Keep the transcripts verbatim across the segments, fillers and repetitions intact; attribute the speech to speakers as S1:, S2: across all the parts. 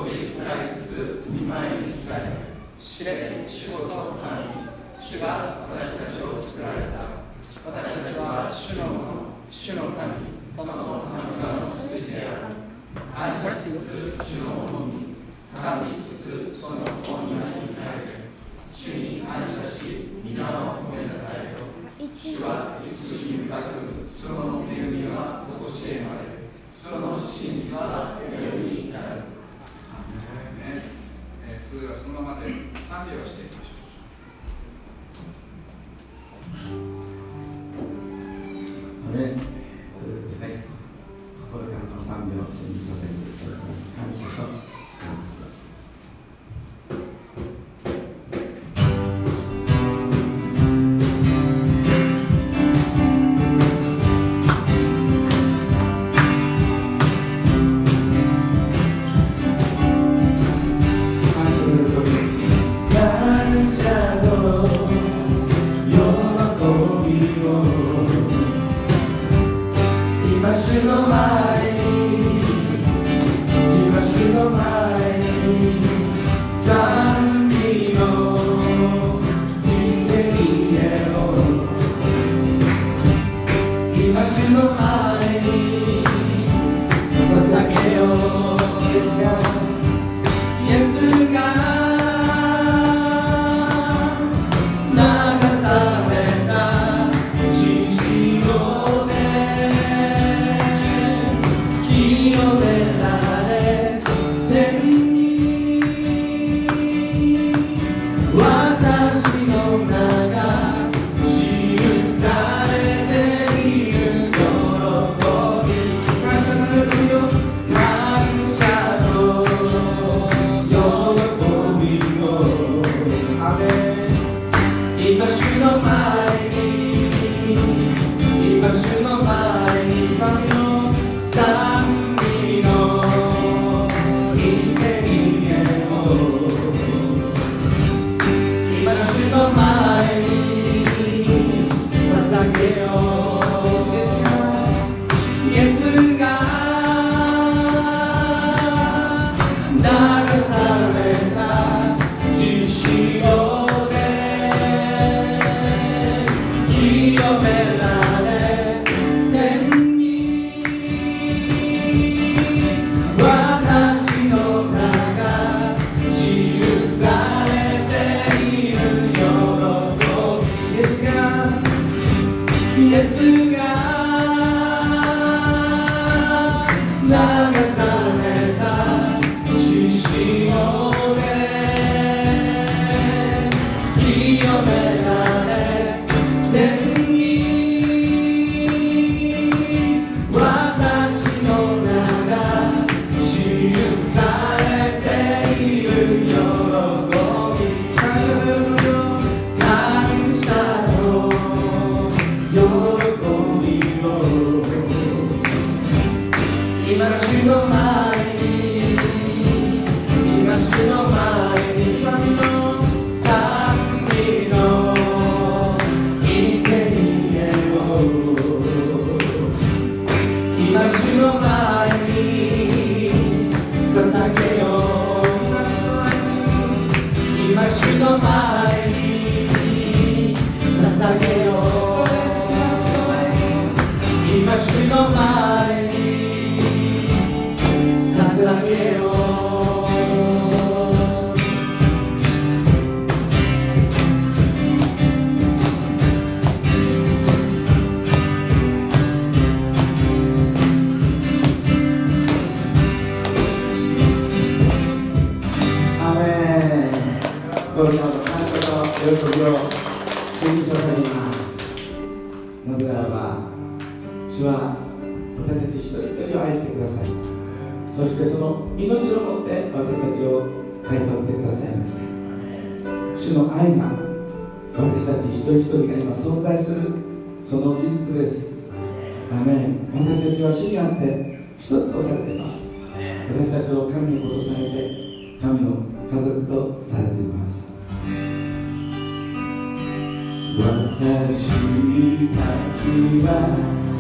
S1: り振られつつ見舞いに来たり、知れ、主こそ神、主が私たちを作られた。私たちは主のもの、主の神、その神の羊である。愛しつつ主のものに、賛美しつつその御庭に入る。主に感謝し、皆を褒めたたえよ。主は慈しみ深く、その恵みはとこしえまで、その真実は世に至る。それではそのままで賛美をしていきましょ
S2: う。ね、そうですね。心からの賛美を主に捧げていただきます。感謝と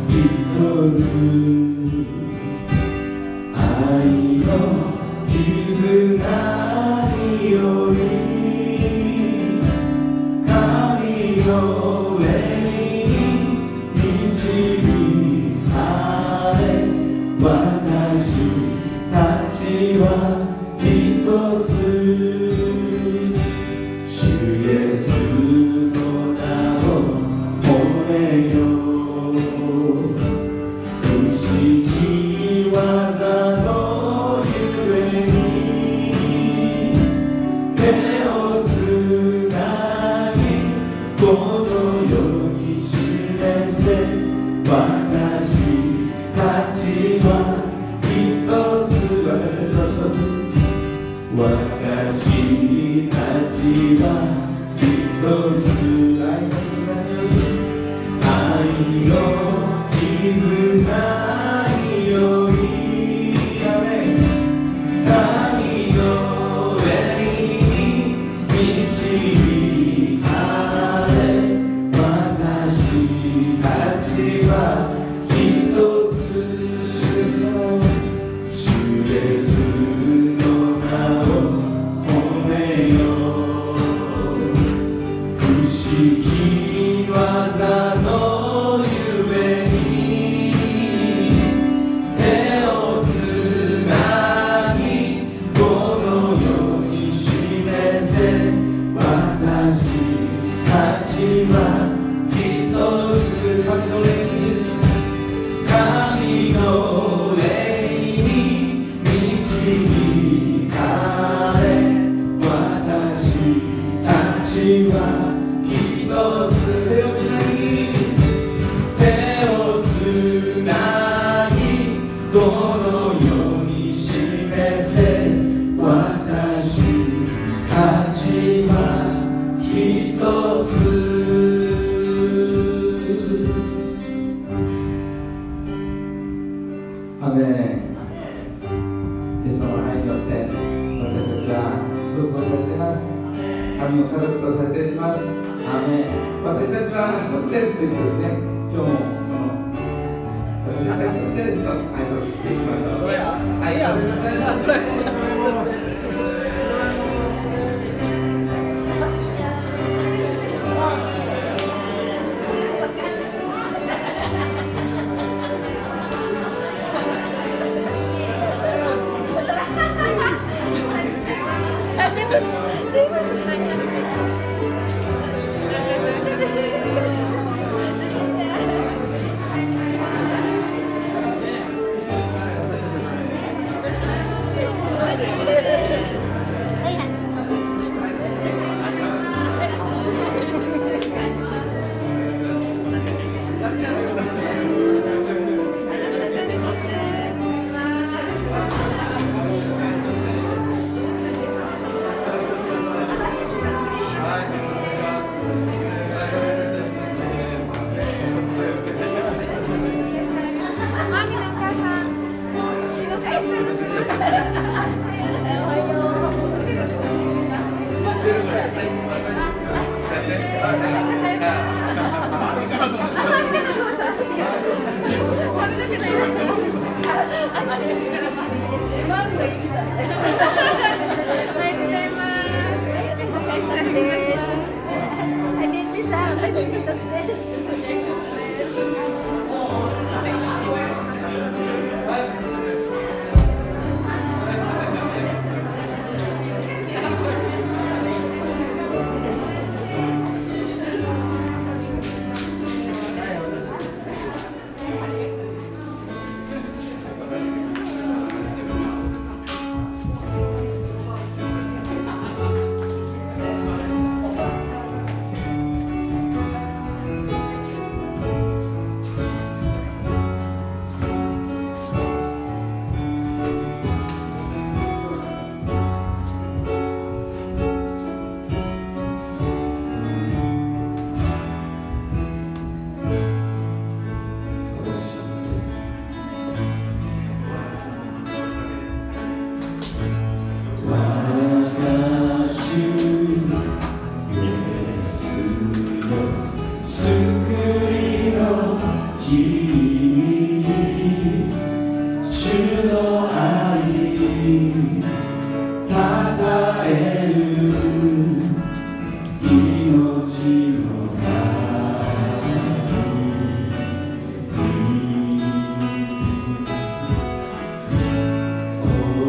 S3: 愛の絆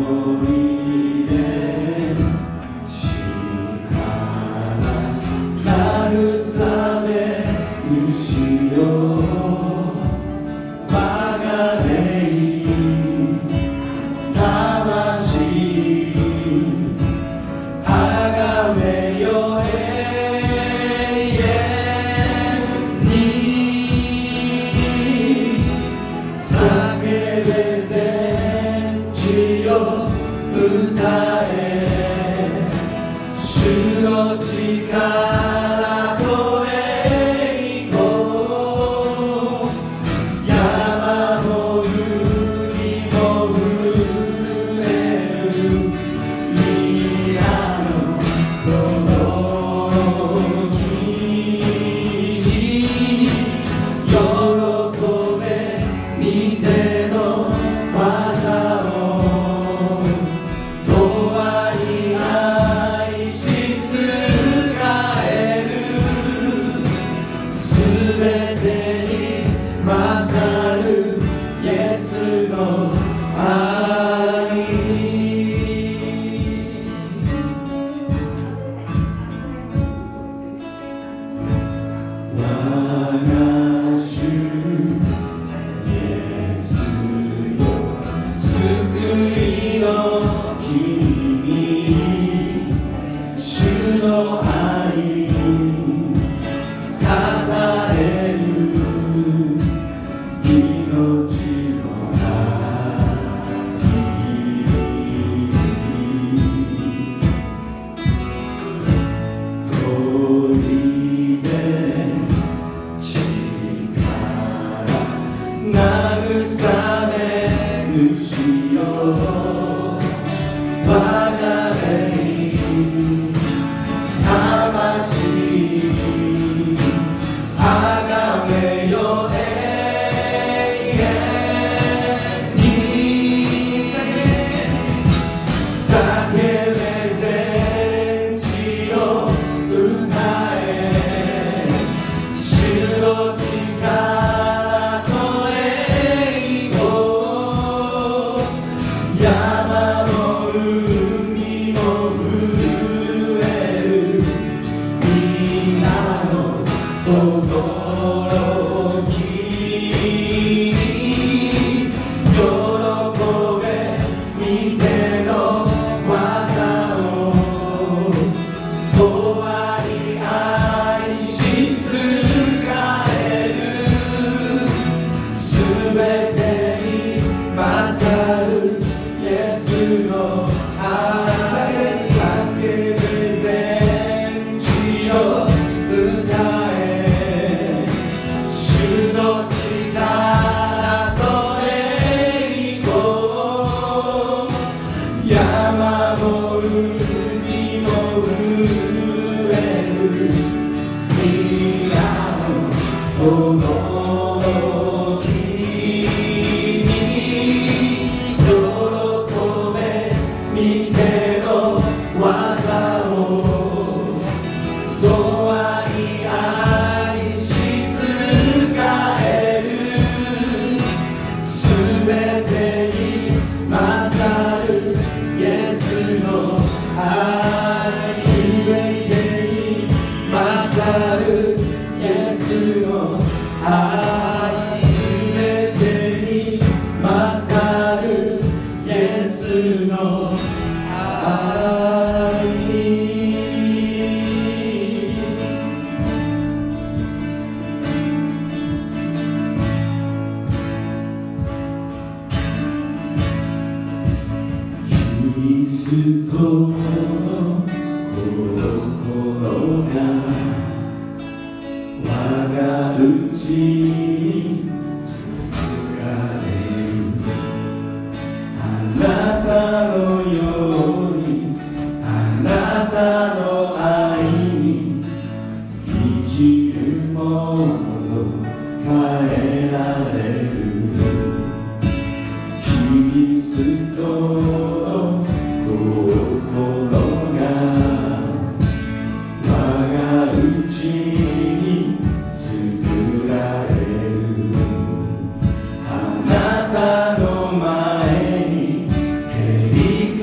S2: 我がうちに作られ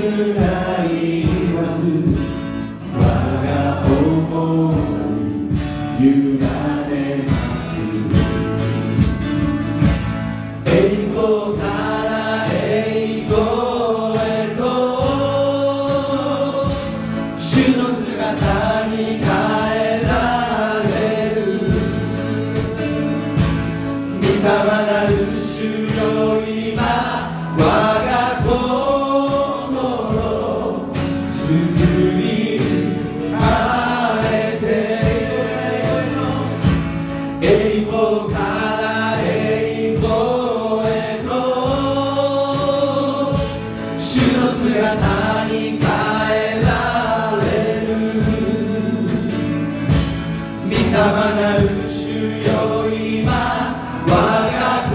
S2: くらいます我が思い委ねます栄光から栄光へと主の姿に変えられる御霊なる主よ今我が心作り変えて栄光から栄光へと主の姿に変えられる御霊なる主よ今我が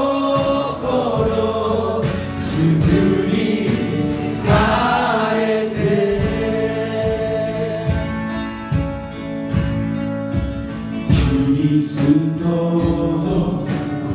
S2: 心作り変えてキリストの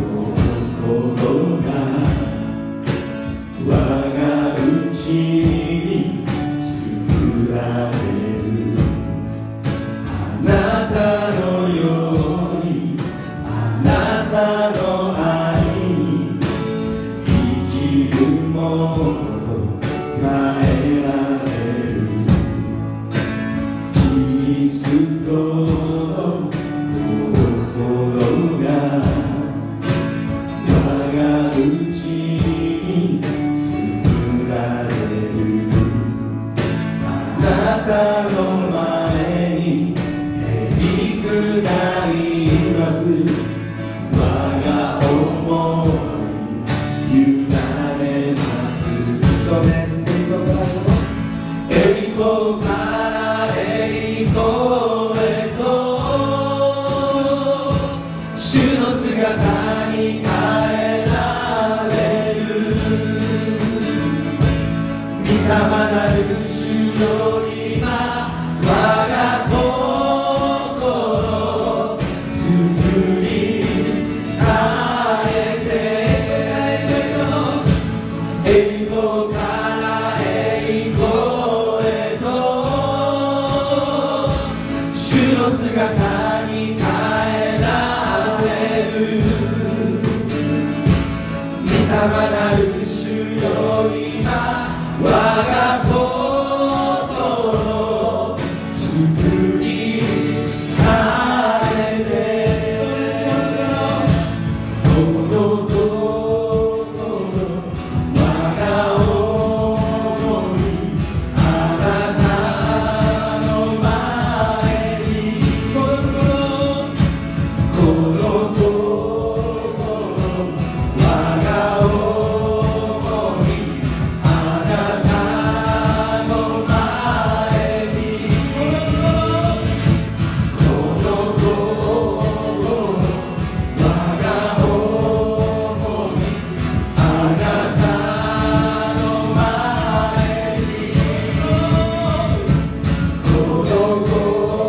S2: 心が我が内に作られるあなたのようにあなたの愛に生きるものと変えられるキリストの心が我が内に作られるあなたの前にへりくだります我が思い委ねますそうです栄光から栄光へと主の姿に変えられる御霊なる主よ今我が心作り変えて栄光から栄光へと主の姿に変えられる御霊なる主よ今我が心作り変えてこの心我が思いあなたの前にこの心我が思いあなたの前にこの心我が思いあなたの前にこの心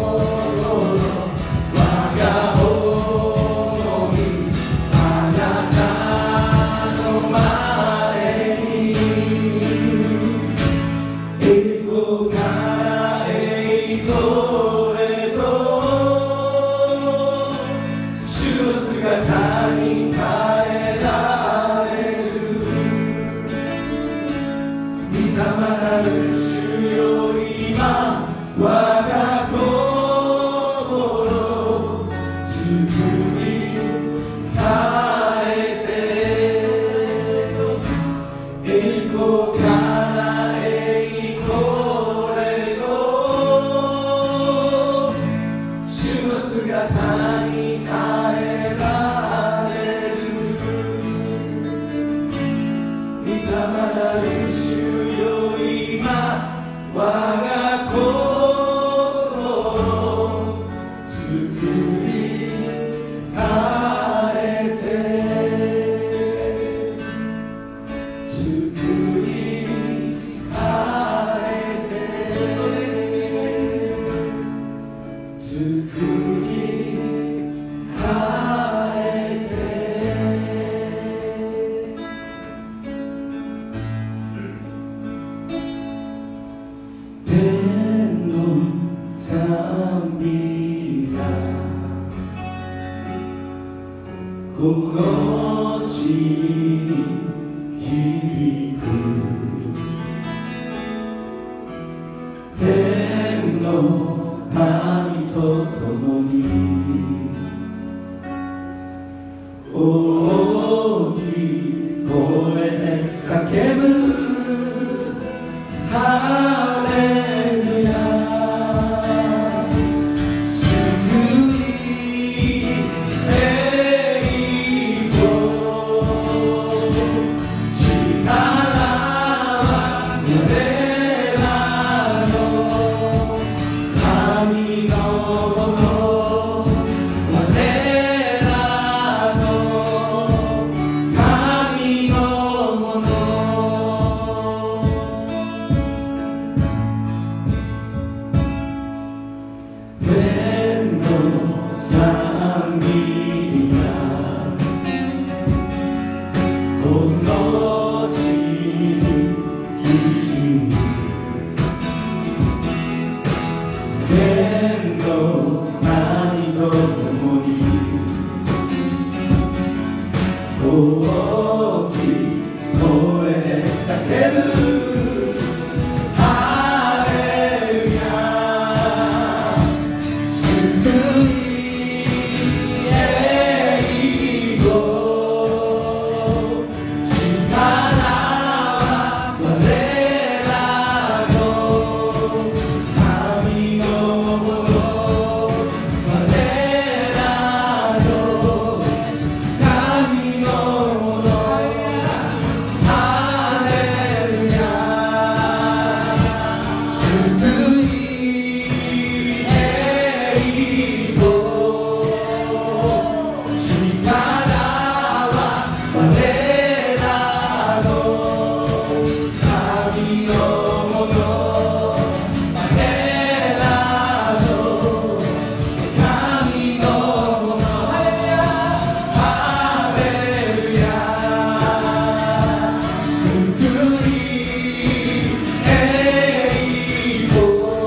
S2: 我が思いあなたの前に栄光から栄光へと主の姿に変えられる御霊なる主よ今我が心作り変えて栄光から栄光へと主の姿に変えられる御霊なる主よ今我が心作り変えて作り変えてそうです作り変えての地に響く天の神と共に大きい声で叫ぶハレルヤ救い栄光力は我らの神のもの我らの神のもの天の賛美がこの地に響く天の神と共に大きい声で叫ぶハレルヤ救い栄光力は我らの神のもの我らの神のものハレルヤ救い栄光力は我らの神のもの我らの神のものハレルヤ救い栄光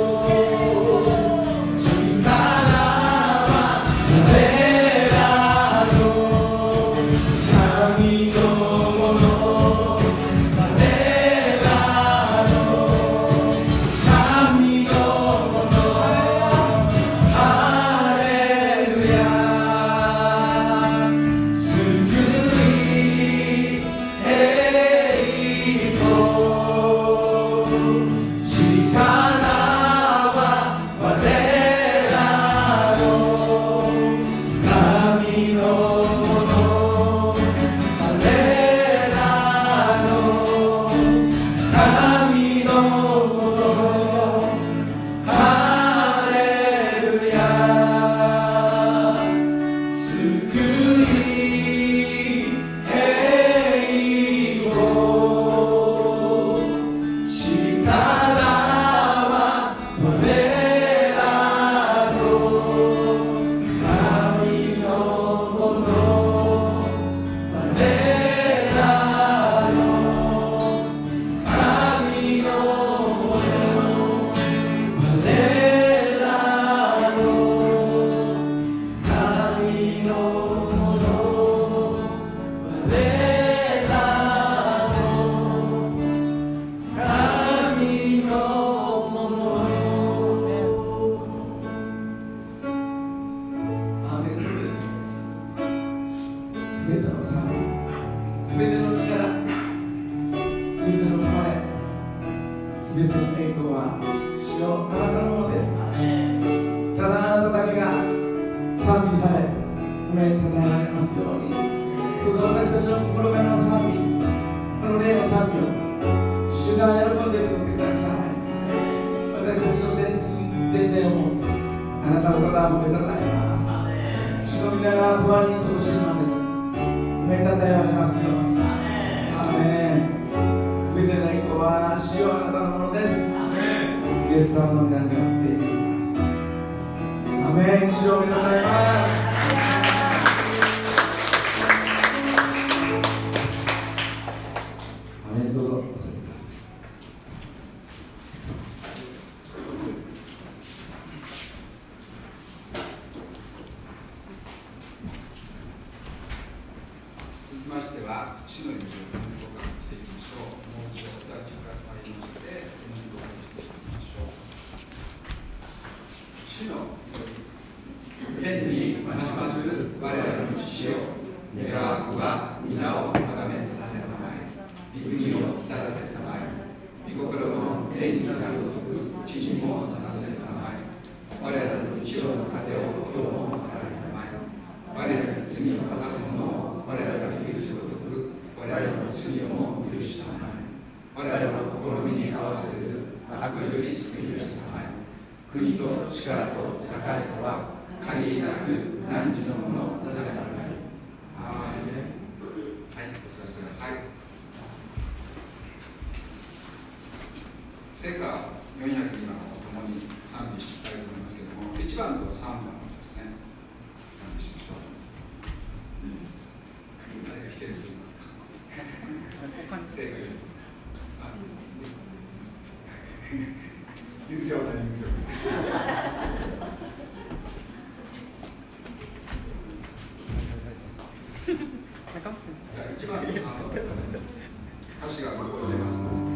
S2: 力は我らの神のもの我らの神のものハレルヤ救い栄光力は我らの神のもの我らの神のものハレルヤ救い栄光力は我らの神のもの我らの神のもの我らの神のもの我らの神のものアーメンそうですすべての賛美すべての力すべての誉れすべての栄光は主よあなたのものですただあなただけが賛美され褒めたたえられますようにどうぞ私たちの心からの賛美この霊の賛美を主が喜んで受け取ってください私たちの全身全霊をもってあなたをただ褒めたたえます主の皆が永遠にとしまでに褒めたたえられますようにアーメンすべての栄光は主よあなたのものですイエス様の皆によって祈りますアーメン主を褒めたたえますアーメンどうぞお座りください
S3: 主の天にまします我らの父よ、願わくは皆を崇めさせたまえ、御国を来たらせたまえ、御心の天になるごとく地にもなさせたまえ。我らの日曜の糧を今日も与えたまえ。我らに罪を犯す者を我らが許すごとく我らの罪をも許したまえ。我らの試みに合わせず悪より救い出したまえ。国と力と栄とは限りなく汝のものならばなり。アーメン。はい、お座りください。聖歌よんひゃくにばんとともに賛美したいと思いますけれども、いちばんとさんばんですね、賛美しましょう。うん、誰が弾ける人いますか？聖歌よんひゃく。あ、ユースは何ですよ。じゃあいちばんとさんばん歌詞がここに出ますので。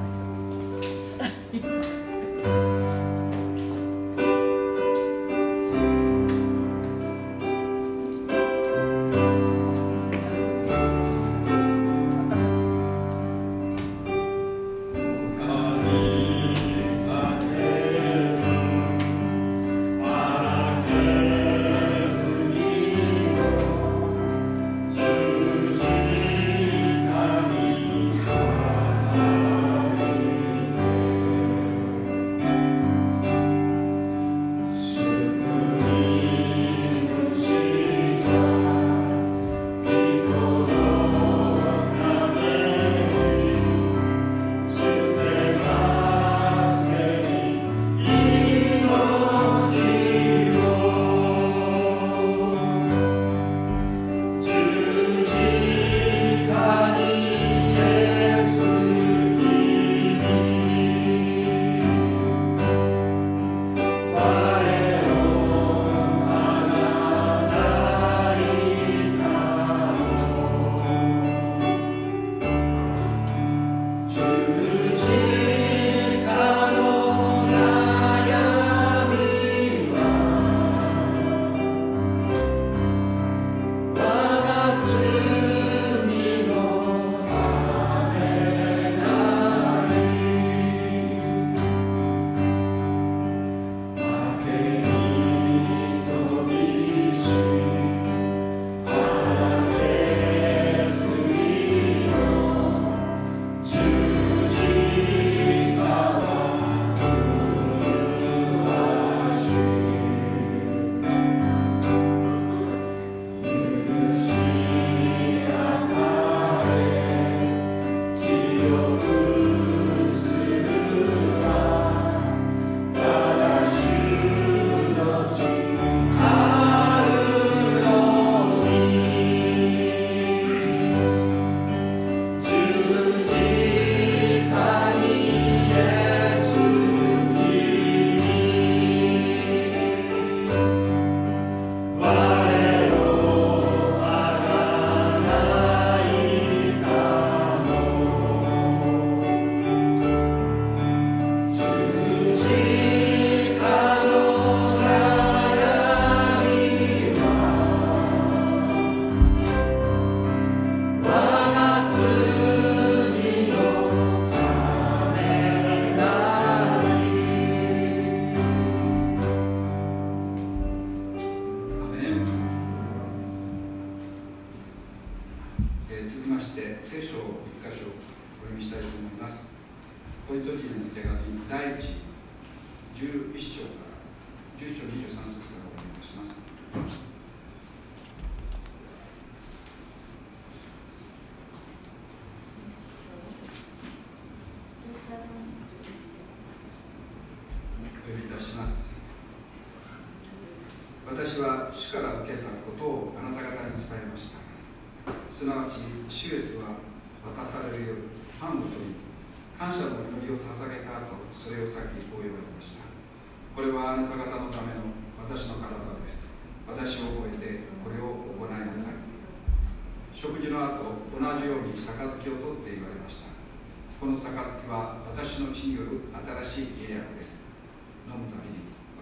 S3: 私は主から受けたことをあなた方に伝えました。すなわち、主イエスは渡される夜、パンを取り、感謝の祈りを捧げた後、それを裂き、こう言われました。これはあなた方のための私の体です。私を覚えて、これを行いなさい。食事の後、同じように杯を取って言われました。この杯は私の血による新しい契約です。飲むたびに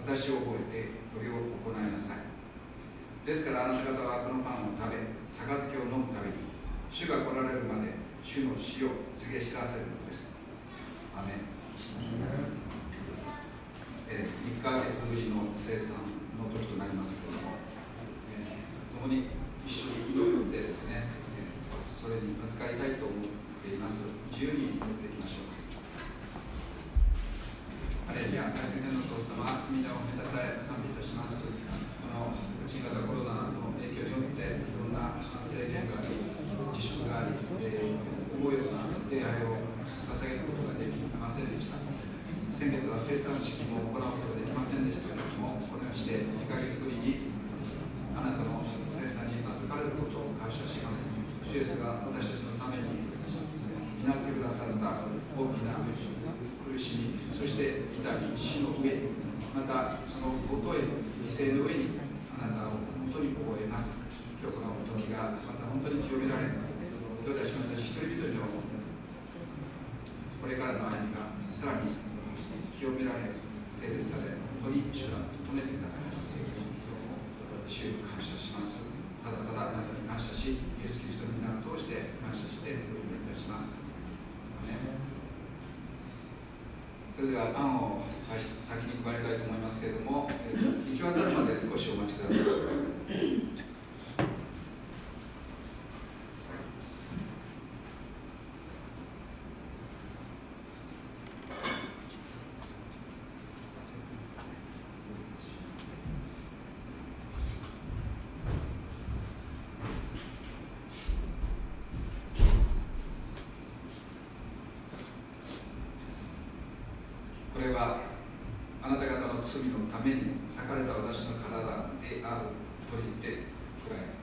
S3: 私を覚えてこれを行いなさい。ですからあなた方はこのパンを食べ、杯を飲むたびに、主が来られるまで主の死を告げ知らせるのです。アメン。えー、いっかげつぶりの生産の時となりますけれども、えー、共に一緒に祈ってですね、えー、それに預かりたいと思っています。自由に祈っていきましょう。ハレルヤ、大切なお父様、皆を褒めたたえ賛美いたします。この新型コロナの影響によっていろんな制限があり、自粛があり、えー、思うような礼拝を捧げることができませんでした。先月は生産式も行うことができませんでしたけれども、このようにしてにかげつぶりにあなたの生産に預かれることを感謝します。主イエスが私たちのために担ってくださった大きな苦しみ、そして痛み、死の上、またそのことへ犠牲の上にあなたを本当に覚えます。今日この時がまた本当に清められ、兄弟姉妹たち一人一人のこれからの歩みがさらに清められ、聖別され、本当に主が整えてくださいます。主を感謝します。ただただあなたに感謝し、イエス・キリストの皆を通して感謝してお祈りいたします。それではパンを先に配りたいと思いますけれども、行き渡るまで少しお待ちください。これはあなた方の罪のために裂かれた私の体であると言ってくらえ。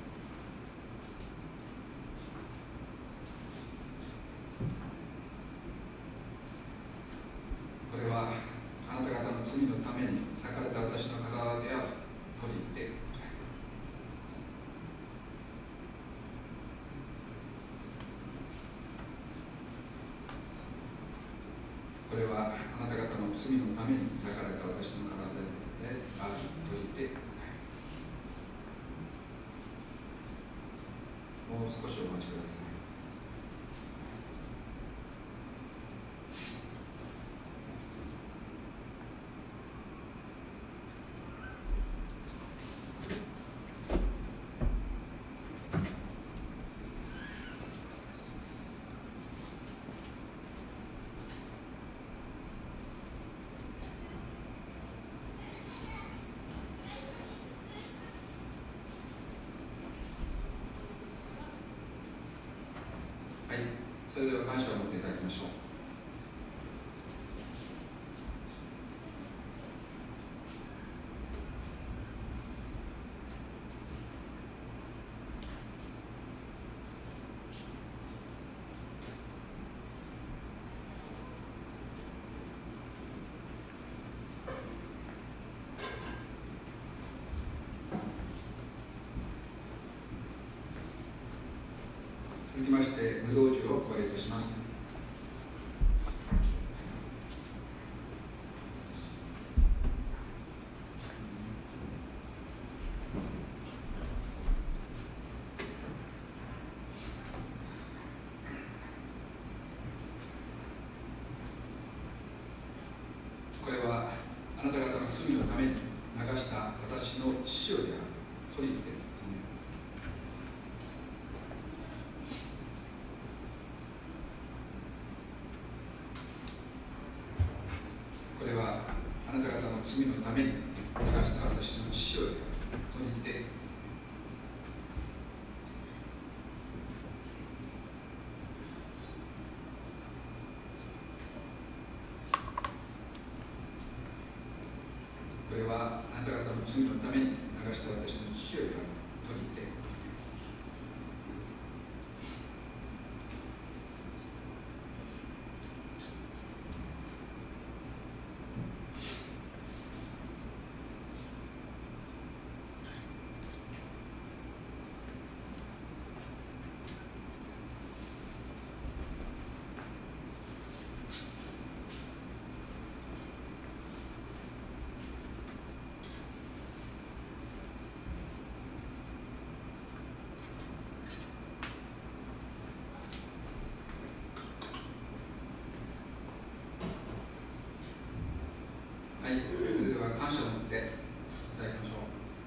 S3: これはあなた方の罪のために裂かれた私の体であると言ってくらえ。これはあなた方の罪のために裂かれた私の体であると言ってもう少しお待ちください。はい、それでは感謝を持っていただきましょう。続きまして、ブドウ酒をお配りいたします。これはあなた方の罪のために流した私の血潮であると言って、これはあなた方の罪のために流した私の血潮であると言って、これはあなた方の罪のために流した私の血潮であると言って、 はい、それでは感謝を持っていただきましょう。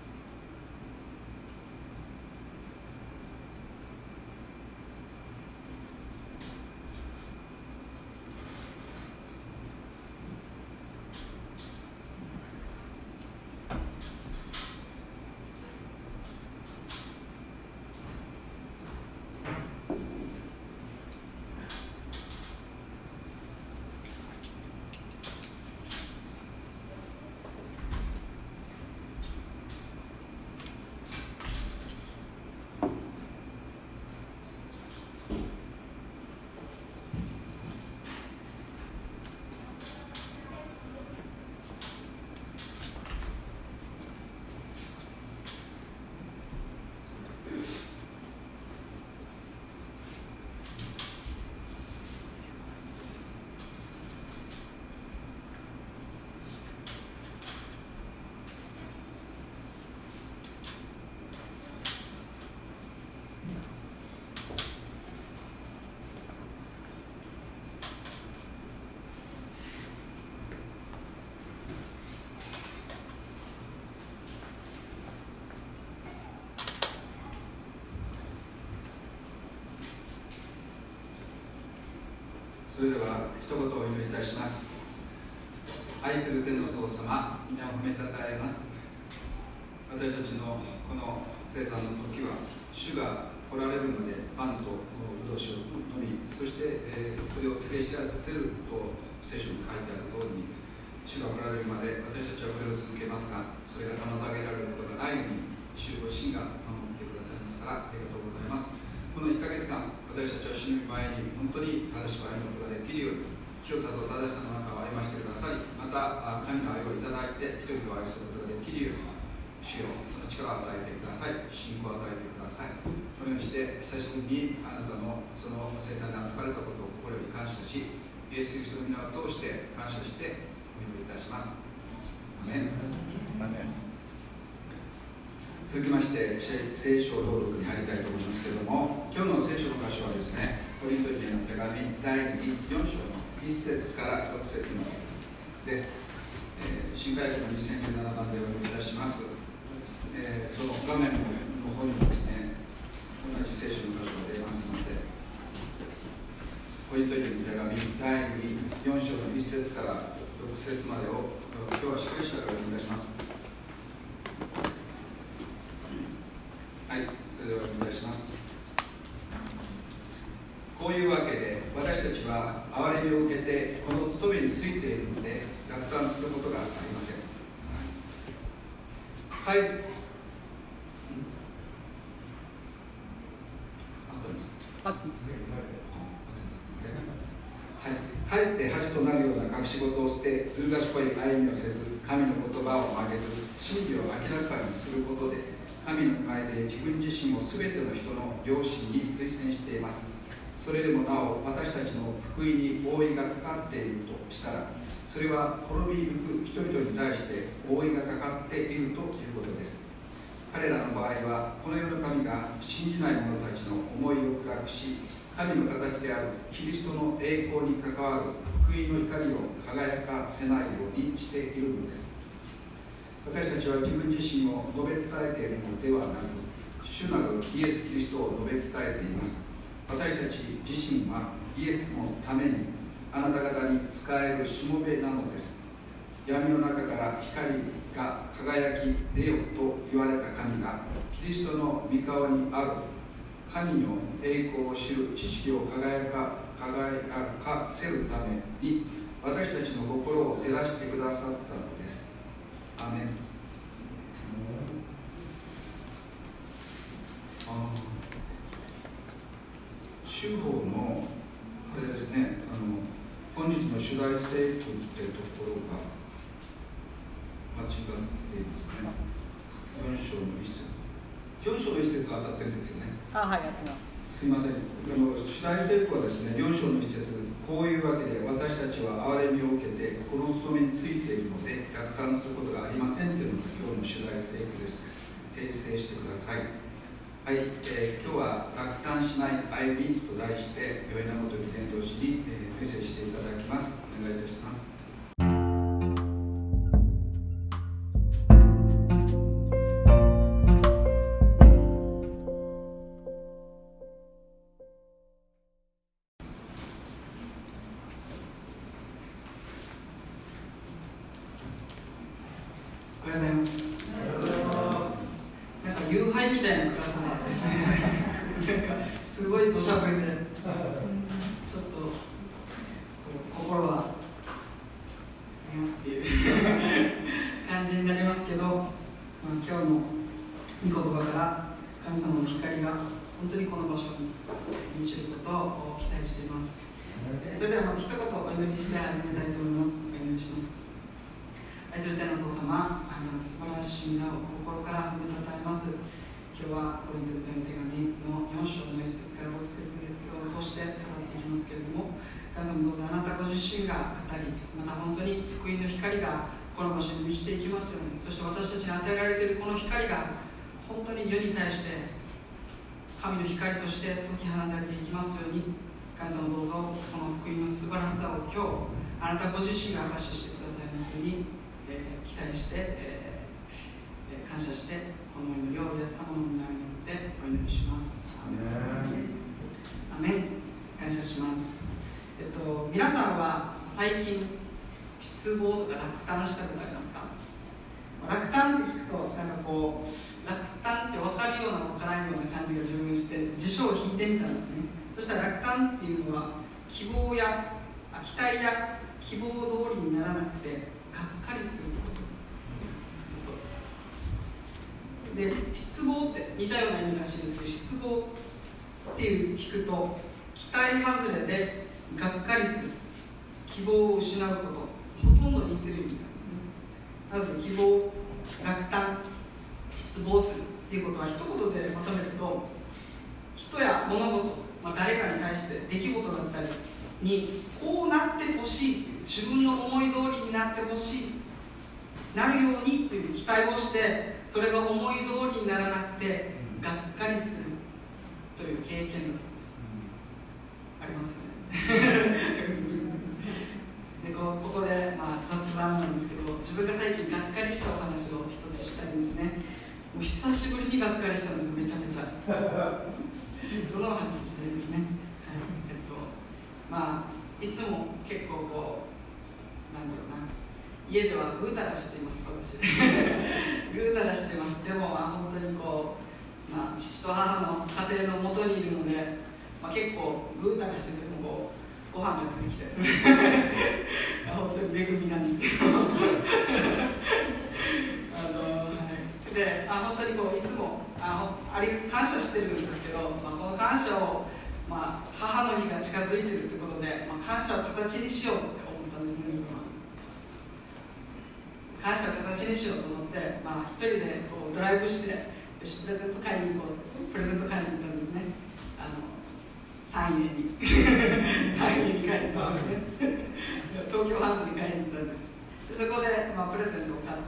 S3: それでは一言お祈りいたします。愛する天のお父様、皆を褒めたたえます。私たちのこの生産の時は、主が来られるのでパンとブドウ酒を飲み、そして、えー、それを連れ知らせると聖書に書いてある通りに、主が来られるまで私たちはこれを続けますが、それが妨げられることがないように主ご自身が守ってくださいますから、ありがとうございます。このいっかげつかん、私たちは主の前に本当に正しく歩むことができるように、清さと正しさの中を歩ましてください。また神の愛をいただいて人々を愛することができるように、主よその力を与えてください。信仰を与えてください。このようにして久しぶりにあなたのその生産に集まれたことを心より感謝し、イエス・キリストの皆を通して感謝してお祈りいたします。アメン。アメン。続きまして聖書朗読に入りたいと思いますけれども、今日の聖書の箇所はですね、コリント人への手紙だいよん章のいっ節からろく節までです。えー、新海訳のにせんじゅうななばんでお読みいたします。えー、その画面の方にもですね、同じ聖書の箇所が出ますので、コリント人の手紙だいよん章のいっ節からろく節までを今日は司会者がお読みいたします。はい、それではお願いします。こういうわけで私たちは憐れみを受けてこの務めについているので落胆することがありません。はい、
S1: あってますね。
S3: はい、かえって恥となるような隠し事をしてずる賢い歩みをせず、神の言葉を曲げず、真理を明らかにすることで神の前で自分自身をすべての人の良心に推薦しています。それでもなお私たちの福音に覆いがかかっているとしたら、それは滅びゆく人々に対して覆いがかかっているということです。彼らの場合はこの世の神が信じない者たちの思いを暗くし、神の形であるキリストの栄光に関わる福音の光を輝かせないようにしているのです。私たちは自分自身を述べ伝えているのではなく、主なるイエス・キリストを述べ伝えています。私たち自身はイエスのためにあなた方に仕えるしもべなのです。闇の中から光が輝き出よと言われた神がキリストの御顔にある神の栄光を知る知識を輝か、輝かせるために私たちの心を照らしてくださったのです。アメン。あ修法のあれですね、あの本日の主題聖句ってところが間違っていますね。よん章のいっ節。よん章のいっ節は当たってるんですよね。
S1: あ、はい、やってます。
S3: すいません。あの主題聖句はですね、よん章のいっ節、こういうわけで私たちは憐れみを受けてこの務めについているので落胆することがありませんというのが今日の主題聖句です。訂正してください。はい、えー、今日は落胆しない歩みと題してよいなこと記念同士に、えー、メッセージしていただきます。お願いいたします。
S4: おはようございます。なんか夕拝みたいな暗さなんですね。なんかすごい土砂降りで、ちょっと心はっていう感じになりますけど、まあ、今日の御言葉から神様の光が本当にこの場所に満ちることを期待しています。それではまず一言お祈りして始めたいと思います。お祈りします。愛する天のお父様、あの素晴らしい皆を心から褒めたたえます。今日はコリント人への手紙のよん章のいっ節からご節を通して語っていきますけれども、神様どうぞあなたご自身が語り、また本当に福音の光がこの場所に満ちていきますように、そして私たちに与えられているこの光が本当に世に対して神の光として解き放たれていきますように、神様どうぞこの福音の素晴らしさを今日あなたご自身が証ししてくださいますように、えー、期待して、えー、感謝してこの祈りをイエス様の皆によってお祈りします。アメン。感謝します。えっと、皆さんは最近失望とか落胆したことありますか？落胆って聞くとなんかこう落胆って分かるような分からないような感じが自分して辞書を引いてみたんですね。そしたら落胆っていうのは希望や期待や希望通りにならなくてがっかりすることそうです。で、失望って似たような意味らしいんですけど、失望っていう聞くと期待外れでがっかりする、希望を失うこと、ほとんど似てる意味なんですね。なので希望、落胆、失望するっていうことは一言でまとめると、人や物事、まあ、誰かに対して出来事だったりにこうなってほしいっていう、自分の思い通りになってほしい、なるようにという期待をして、それが思い通りにならなくてがっかりするという経験だそうです。ありますよね。で こ, ここで、まあ、雑談なんですけど、自分が最近がっかりしたお話を一つしたいんですね。もう久しぶりにがっかりしたんですよ、めちゃめちゃ。そのお話したいですね。はい、えっとまあいつも結構こうなんだろうな、家ではぐうたらしています、私。ぐうたらしています。でもまあ本当にこう、まあ、父と母の家庭のもとにいるので、まあ、結構ぐうたらしててもこうご飯が出てきたりする。本当に恵みなんですけど。あの、はい、であ本当にこういつもああれ感謝してるんですけど、まあ、この感謝を、まあ、母の日が近づいてるということで、まあ、感謝を形にしようって思ったんですね、自分は。感謝を形にしようと思って、まあ、一人でこうドライブして、よしプレゼント買いに行こう、プレゼント買いに行ったんですね。あの三円に三円に買いに行ったんですね。東京ハンズに買いに行ったんです。でそこで、まあ、プレゼントを買って、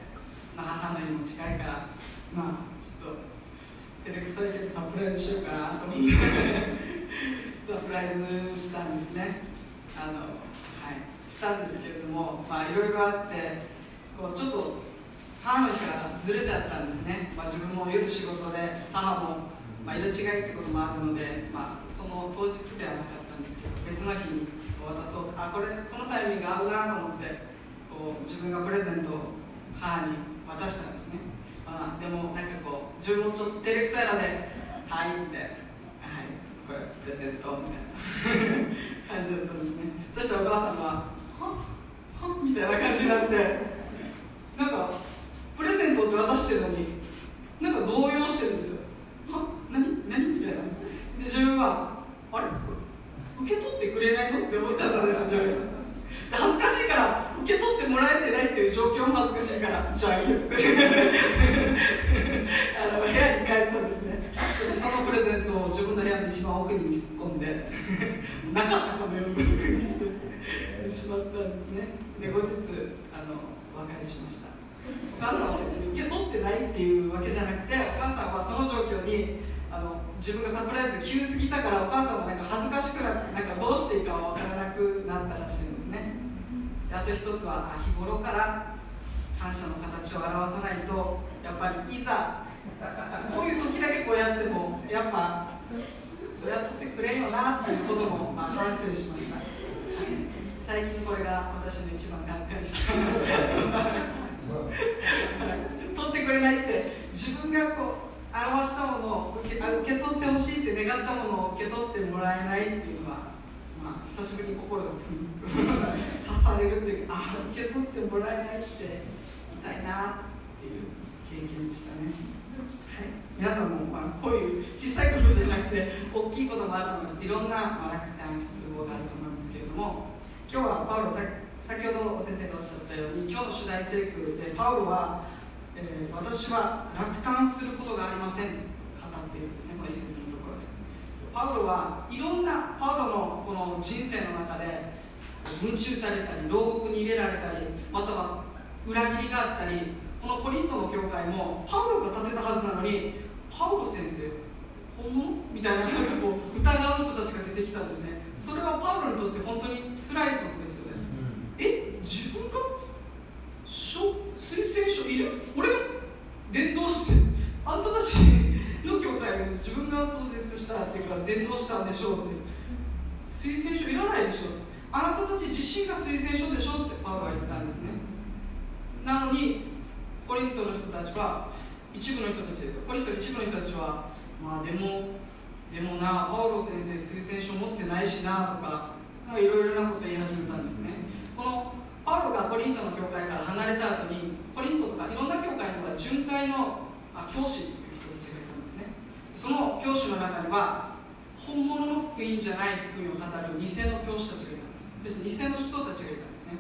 S4: まあ、母の日も近いから、まあちょっと照れくさいけどサプライズしようかなと思ってサプライズしたんですね。あの、はい、したんですけれども、まあいろいろあってこうちょっと母の日からずれちゃったんですね。まあ、自分も夜仕事で母も、まあ、色違いってこともあるので、まあ、その当日ではなかったんですけど、別の日に渡そう、あこれこのタイミング合うなと思ってこう自分がプレゼントを母に渡したんですね。まあ、でもなんかこう自分もちょっと照れくさいので「はい」って「はいこれプレゼント」みたいな感じだったんですね。そしたらお母さんが「はっはっ」みたいな感じになって、なんかプレゼントって渡してるのになんか動揺してるんですよ。は何何みたいな。で自分はあれ受け取ってくれないのって思っちゃったんですよ、自分。で恥ずかしいから受け取ってもらえてないっていう状況も恥ずかしいからじゃあいいよってあの部屋に帰ったんですね。そしてそのプレゼントを自分の部屋の一番奥に突っ込んでなかったかのように確認してしまったんですね。で後日あのお別れしました。お母さんは別に受け取ってないっていうわけじゃなくて、お母さんはその状況にあの自分がサプライズで急すぎたから、お母さんもなんか恥ずかしくなってなんかどうしていいかわからなくなったらしいんですね。であと一つは日頃から感謝の形を表さないと、やっぱりいざこういう時だけこうやってもやっぱそれは取ってくれんよなっていうことも、まあ、反省しました。最近これが私の一番がっかりしたあくれないって、自分がこう表したものを受け、あ、受け取ってほしいって願ったものを受け取ってもらえないっていうのは、まあ、久しぶりに心がつむ刺されるっていうか、あ、受け取ってもらえないって痛いなっていう経験でしたね。はい、皆さんも、まあ、こういう小さいことじゃなくて大きいこともあると思います。いろんな、まあ、落胆失望があると思いますけれども、今日はパウロ、さ先ほど先生がおっしゃったように、今日の主題聖句でパウロは、えー、私は落胆することがありませんと語っているんですね、この一節のところで。パウロはいろんなパウロのこの人生の中で鞭打たれたり牢獄に入れられたり、または裏切りがあったり、このコリントの教会もパウロが建てたはずなのに、パウロ先生本物みたいな、なんかこう疑う人たちが出てきたんですね。それはパウロにとって本当に辛いことですよね。うん、え、自分が推薦書いる？俺が伝道して、あんたたちの教会を自分が創設したっていうか伝道したんでしょうって、推薦書いらないでしょうって、あなたたち自身が推薦書でしょってパウロは言ったんですね。なのにコリントの人たちは、一部の人たちですよ、コリントの一部の人たちは、まあでもでもな、パウロ先生推薦書持ってないしなとか、いろいろなことを言い始めたんですね。このパウロがコリントの教会から離れた後に、コリントとかいろんな教会には巡回の教師という人たちがいたんですね。その教師の中には本物の福音じゃない福音を語る偽の教師たちがいたんです。そして偽の人たちがいたんですね。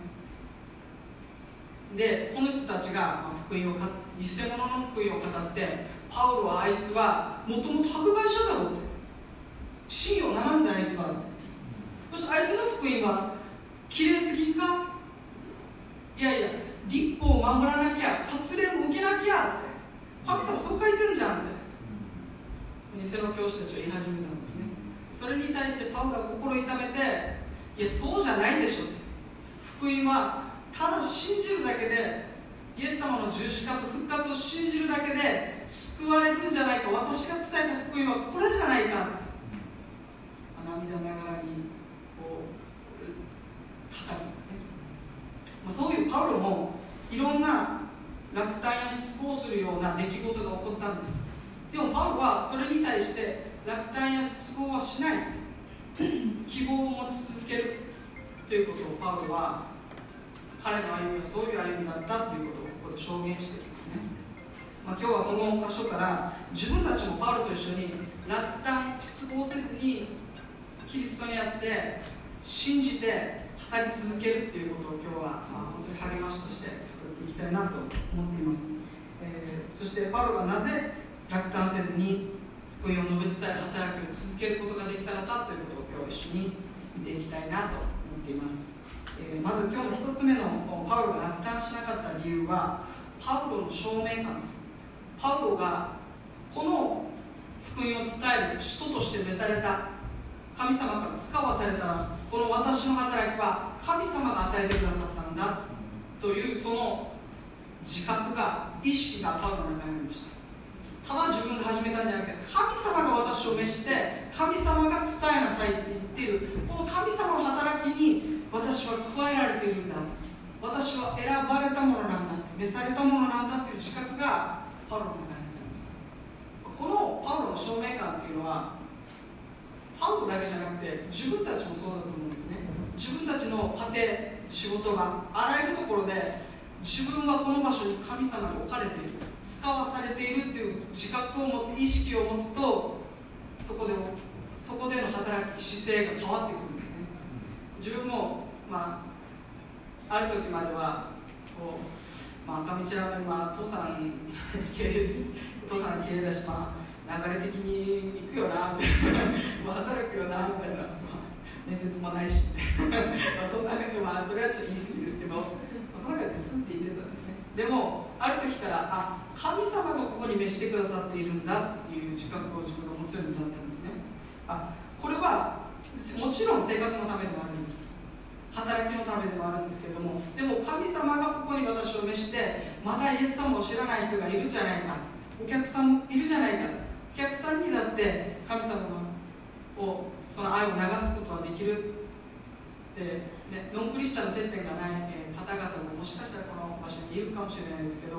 S4: で、この人たちが福音をか偽物の福音を語って、パウロはあいつはもともと迫害者だろうって、信用ならんぜあいつはって、そしてあいつの福音はきれいすぎんか、いやいや立法を守らなきゃ、割礼を受けなきゃって、神様そう書いてんじゃんって偽の教師たちは言い始めたんですね。それに対してパウロは心痛めて、いやそうじゃないでしょって、福音はただ信じるだけで、イエス様の十字架と復活を信じるだけで救われるんじゃないか、私が伝えた福音はこれじゃないか、涙ながらにこう語るんですね。そういうパウロもいろんな落胆や失望するような出来事が起こったんです。でもパウロはそれに対して落胆や失望はしない、希望を持ち続けるということをパウロは、彼の歩みはそういう歩みだったということをここで証言しているんですね。まあ、今日はこの箇所から自分たちもパウロと一緒に落胆失望せずにキリストにあって信じて語り続けるということを今日はまあ本当に励ましとして語っていきたいなと思っています。えー、そしてパウロがなぜ落胆せずに福音を述べ伝える働きを続けることができたのかということを今日一緒に見ていきたいなと思っています。えー、まず今日の一つ目のパウロが落胆しなかった理由は、パウロの証明感です。パウロがこの福音を伝える使徒として召された、神様から使わされたこの私の働きは神様が与えてくださったんだというその自覚が、意識がパウロの中にありました。ただ自分が始めたんじゃなくて、神様が私を召して神様が伝えなさいって言っている、この神様の働きに私は加えられているんだ、私は選ばれたものなんだ、召されたものなんだという自覚がパウロの中にあります。このパウロの証明感というのはパウロだけじゃなくて自分たちもそうだと思うんですね。自分たちの家庭、仕事があらゆるところで自分はこの場所に神様が置かれている、使わされているという自覚を持って意識を持つと、そこでそこでの働き姿勢が変わってくるんですね。自分も、まあ、ある時まではこう、まあ、赤道ラーメン、まあ、父さん経営父さん経営だし、まあ、流れ的に行くよなみたいなまあ働くよなみたいな、まあ、面接もないしまあそんな中で、まあ、それはちょっと言い過ぎですけど、まあ、その中ですんって言ってたんですね。でもある時からあ神様がここに召してくださっているんだっていう自覚を自分が持つようになったんですね。あこれはもちろん生活のためでもあるんです、働きのためでもあるんですけれども、でも神様がここに私を召してまだイエス様を知らない人がいるじゃないか、お客さんもいるじゃないか、お客さんにだって神様をその愛を流すことはできる、でね、ノンクリスチャンの接点がない、えー、方々ももしかしたらこの場所にいるかもしれないですけど、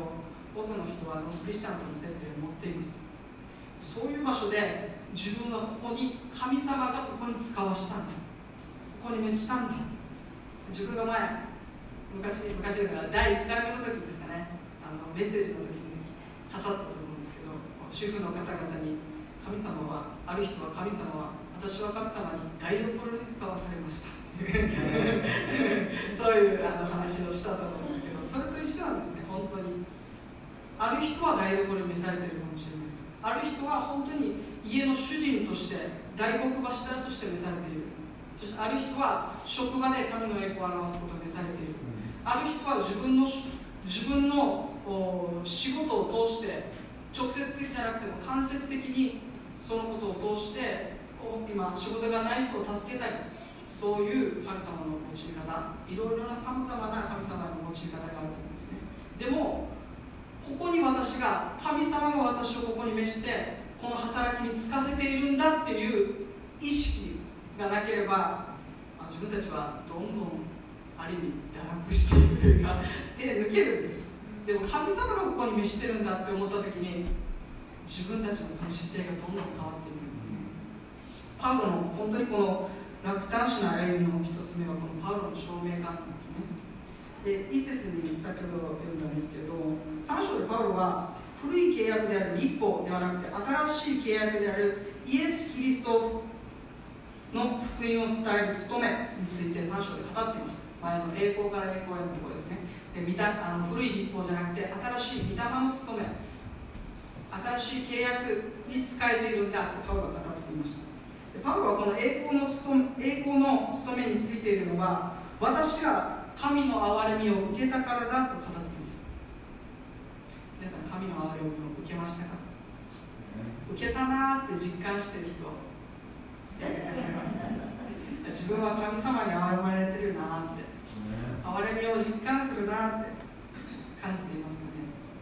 S4: 多くの人はノンクリスチャンとの接点を持っています。そういう場所で自分はここに神様がここに使わしたんだ、ここに召したんだ。自分が前昔昔だからだいいっかいめの時ですかね、あのメッセージの時に語ったと思うんですけど、主婦の方々に神様はある人は神様は私は神様に台所に使わされましたそういうあの話をしたと思うんですけど、それと一緒なんですね。本当にある人は台所に召されているかもしれない、ある人は本当に家の主人として大黒柱として召されている、そしてある人は職場で神の栄光を表すことを召されている、ある人は自分の自分の仕事を通して直接的じゃなくても間接的にそのことを通して今仕事がない人を助けたり、そういう神様の用い方、いろいろなさまざまな神様の用い方があると思うんですね。でもここに私が神様が私をここに召してこの働きに就かせているんだっていう意識がなければ、まあ、自分たちはどんどんある意味堕落していくというか手抜けるんです。でも神様がここに召してるんだって思った時に自分たちのその姿勢がどんどん変わっていくんですね。パウロの本当にこの落胆しない歩みの一つ目はこのパウロの証明感なんですね。で一節に先ほど読んだんですけど、さん章でパウロは古い契約である立法ではなくて新しい契約であるイエス・キリストの福音を伝える務めについてさん章で語っていました。前の栄光から栄光へのところですね。で見たあの古い立法じゃなくて新しい御霊の務め、新しい契約に仕えているんだとパウロは語っていました。でパウロはこの栄光の務め、栄光の務めについているのは私が神の憐れみを受けたからだと語っています。皆さん神の憐れみを受けましたか？受けたなって実感している人自分は神様に憐れまれてるなって、憐れみを実感するなって感じていますかね。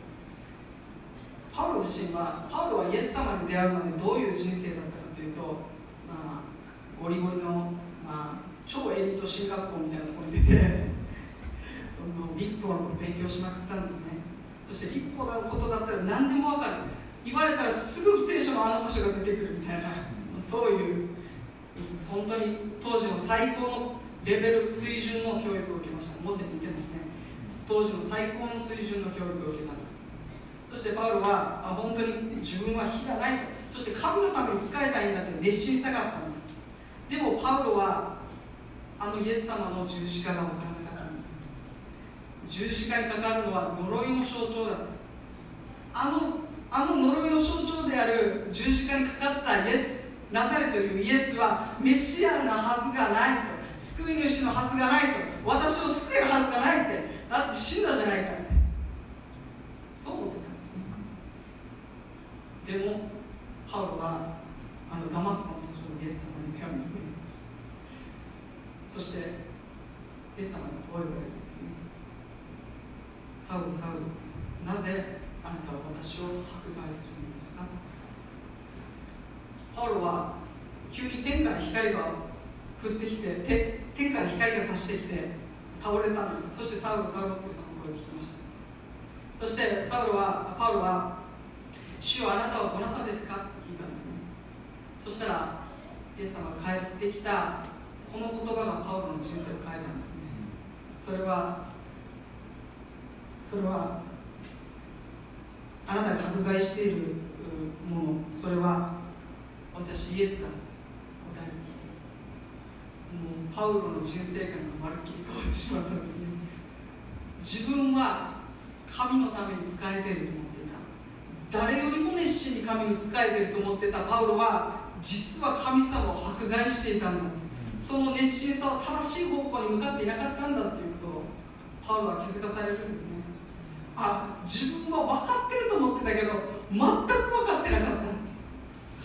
S4: パウロ自身はパウロはイエス様に出会うまでどういう人生だったかというと、まあ、ゴリゴリの、まあ、超エリート進学校みたいなところに出て立法のことを勉強しまくったんですね。そして立法のことだったら何でも分かる、言われたらすぐ聖書のあの箇所が出てくるみたいな、そういう本当に当時の最高のレベル水準の教育を受けました。モーセに似てますね。当時の最高の水準の教育を受けたんです。そしてパウロはあ本当に自分は非がないと、そして神のために仕えたいんだって熱心さがあったんです。でもパウロはあのイエス様の十字架が分からなかったんです。十字架にかかるのは呪いの象徴だった。あのあの呪いの象徴である十字架にかかったイエス、ナザレというイエスはメシアなはずがないと、救い主のはずがないと、私を救えるはずがないって、だって死んだじゃないかって、そう思ってたんですね。でもパウロはあのダマスコの途上のイエス様に出会うんですね。そしてイエス様にこう言われるんですね。サウルサウル、なぜあなたは私を迫害するのですか？パウロは急に天から光が降ってきて、天から光が差してきて倒れたんです。そしてサウルサウルというその声を聞きました。そしてサウルはパウロは主よあなたはどなたですかと聞いたんですね。そしたらイエス様が帰ってきたこの言葉がパウロの人生を変えたんですね。それはそれはあなたが迫害しているもの、それは私イエスだって答えるんですね。もうパウロの人生観がまるっきり変わってしまったんですね。自分は神のために仕えていると思っていた、誰よりも熱心に神に仕えていると思っていたパウロは実は神様を迫害していたんだと、その熱心さは正しい方向に向かっていなかったんだということをパウロは気づかされるんですね。あ、自分は分かってると思ってたけど全く分かってなかった、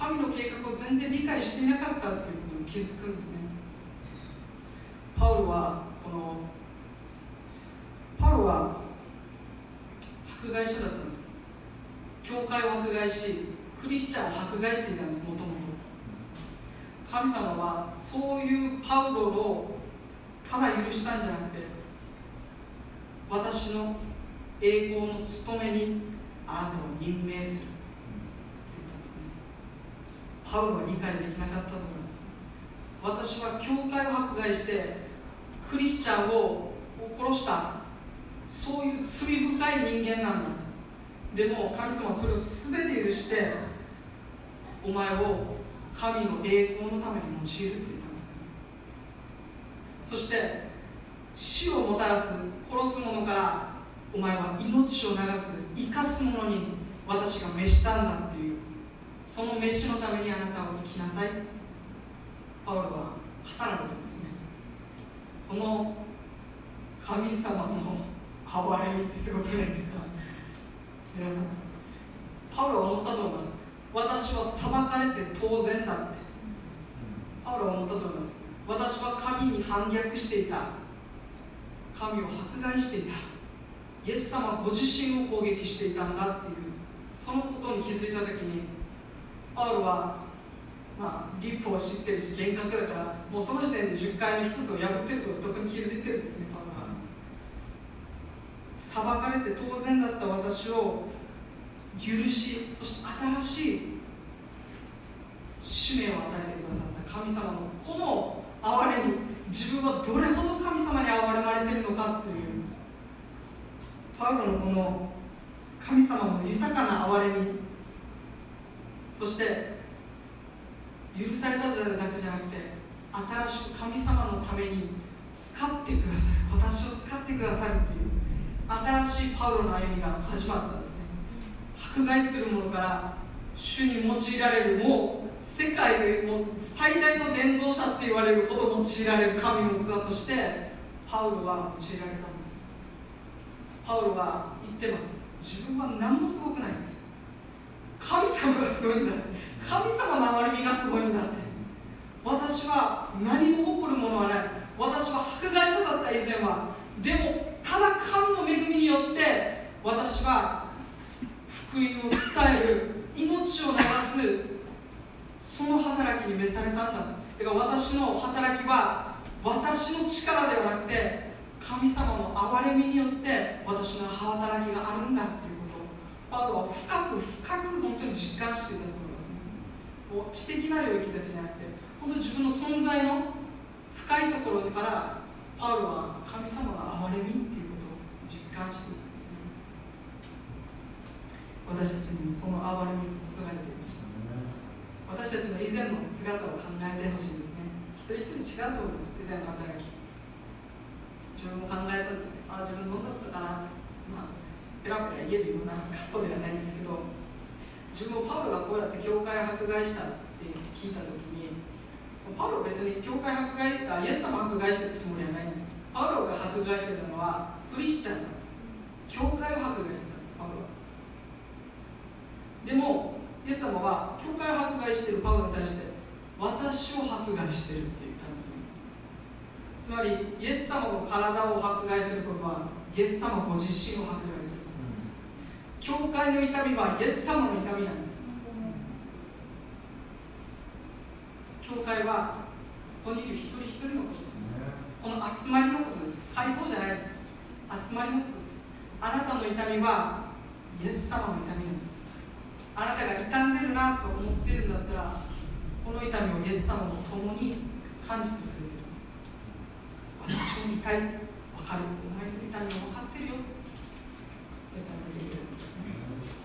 S4: 神の計画を全然理解していなかったということに気づくんですね。パウロはこのパウロは迫害者だったんです。教会を迫害しクリスチャンを迫害していたんです。もともと神様はそういうパウロをただ許したんじゃなくて、私の栄光の務めにあなたを任命するって言ったんですね。パウロは理解できなかったと思います。私は教会を迫害してクリスチャンを殺した、そういう罪深い人間なんだと。でも神様はそれを全て許してお前を神の栄光のために用いるって言ったんです。そして死をもたらす、殺す者からお前は命を流す、生かす者に私が召したんだっていう、その召しのためにあなたを生きなさい。パウロは語られるんですね。この神様の憐れみってすごくないですか。皆さん、パウロは思ったと思います。私は裁かれて当然だって。パウロは思ったと思います。私は神に反逆していた、神を迫害していた、イエス様ご自身を攻撃していたんだっていう、そのことに気づいたときに、パウロは、まあ、立法を知ってるし厳格だから、もうその時点でじゅっかいの一つを破っていることを特に気づいてるんですね。パウロは裁かれて当然だった私を許し、そして新しい使命を与えてくださった神様のこの憐れみ、自分はどれほど神様に憐れまれているのかという、パウロのこの神様の豊かな憐れみ、そして許されただけじゃなくて、新しく神様のために使ってくださる、私を使ってくださるという新しいパウロの歩みが始まったんですね。迫害する者から主に用いられる、もう世界でもう最大の伝道者って言われるほど用いられる神の器としてパウロは用いられたんです。パウロは言ってます。自分は何もすごくないって、神様がすごいんだって、神様の憐れみがすごいんだって、私は何も誇るものはない、私は迫害者だった以前は、でもただ神の恵みによって私は福音を伝える、命を流す、その働きに召されたんだ。だから私の働きは私の力ではなくて神様の憐れみによって私の働きがあるんだということをパウロは深く深く本当に実感していたと思いますね。もう知的な領域だけじゃなくて、本当に自分の存在の深いところからパウロは神様の憐れみっていうことを実感していたんですね。私たちにもその憐れみが注がれています。私たちの以前の姿を考えてほしいですね。一人一人違うと思います。以前の働き、自分も考えたんですね。ああ、自分どんなことかな、まあペラペラ言えるようなことではないんですけど、自分もパウロがこうやって教会を迫害したって聞いたときに、パウロ別に教会迫害かイエス様迫害してるつもりはないんです。パウロが迫害してたのはクリスチャンなんです。教会を迫害してたんです、パウロは。でもイエス様は教会を迫害しているパウロに対して私を迫害しているって言ったんですね。つまりイエス様の体を迫害することはイエス様ご自身を迫害することなんです。教会の痛みはイエス様の痛みなんです。教会はここにいる一人一人のことです。この集まりのことです。会合じゃないです。集まりのことです。あなたの痛みはイエス様の痛みなんです。あなたが痛んでるなと思っているんだったら、この痛みをイエス様も共に感じてくれているんです。私も痛い、分かる、お前の痛みも分かってるよ、イエス様が言ってくれるんですね。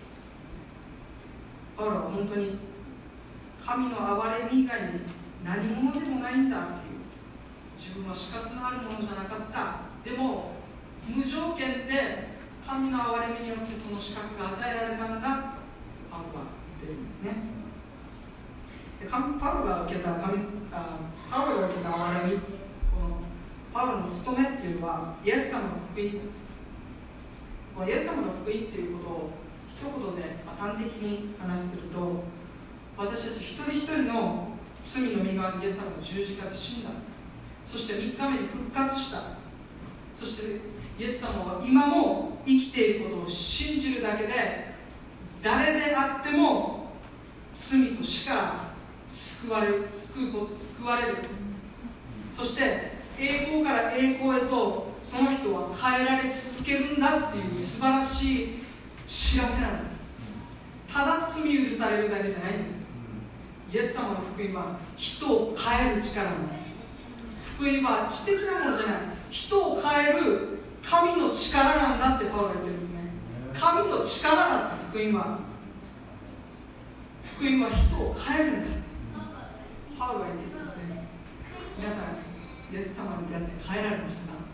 S4: パウロは本当に神の憐れみ以外に何者でもないんだっていう、自分は資格のあるものじゃなかった、でも無条件で神の憐れみによってその資格が与えられたんだとパウロは言ってるんですね。でパウロが受けた神あパウロが受けた憐れみ、このパウロの務めっていうのはイエス様の福音です。このイエス様の福音っていうことを一言で端的に話すると、私たち一人一人の罪の身代わりにイエス様が十字架で死んだ、そしてみっかめに復活した、そしてイエス様は今も生きていることを信じるだけで誰であっても罪と死から救われる、救うこと、救われる。そして栄光から栄光へとその人は変えられ続けるんだっていう素晴らしい知らせなんです。ただ罪許されるだけじゃないんです。イエス様の福音は人を変える力なんです。福音は知的なものじゃない、人を変える神の力なんだってパウロが言ってるんですね。神の力だって福音は福音は人を変えるんだってパウロが言ってるんですね。皆さんイエス様に出会って変えられましたか？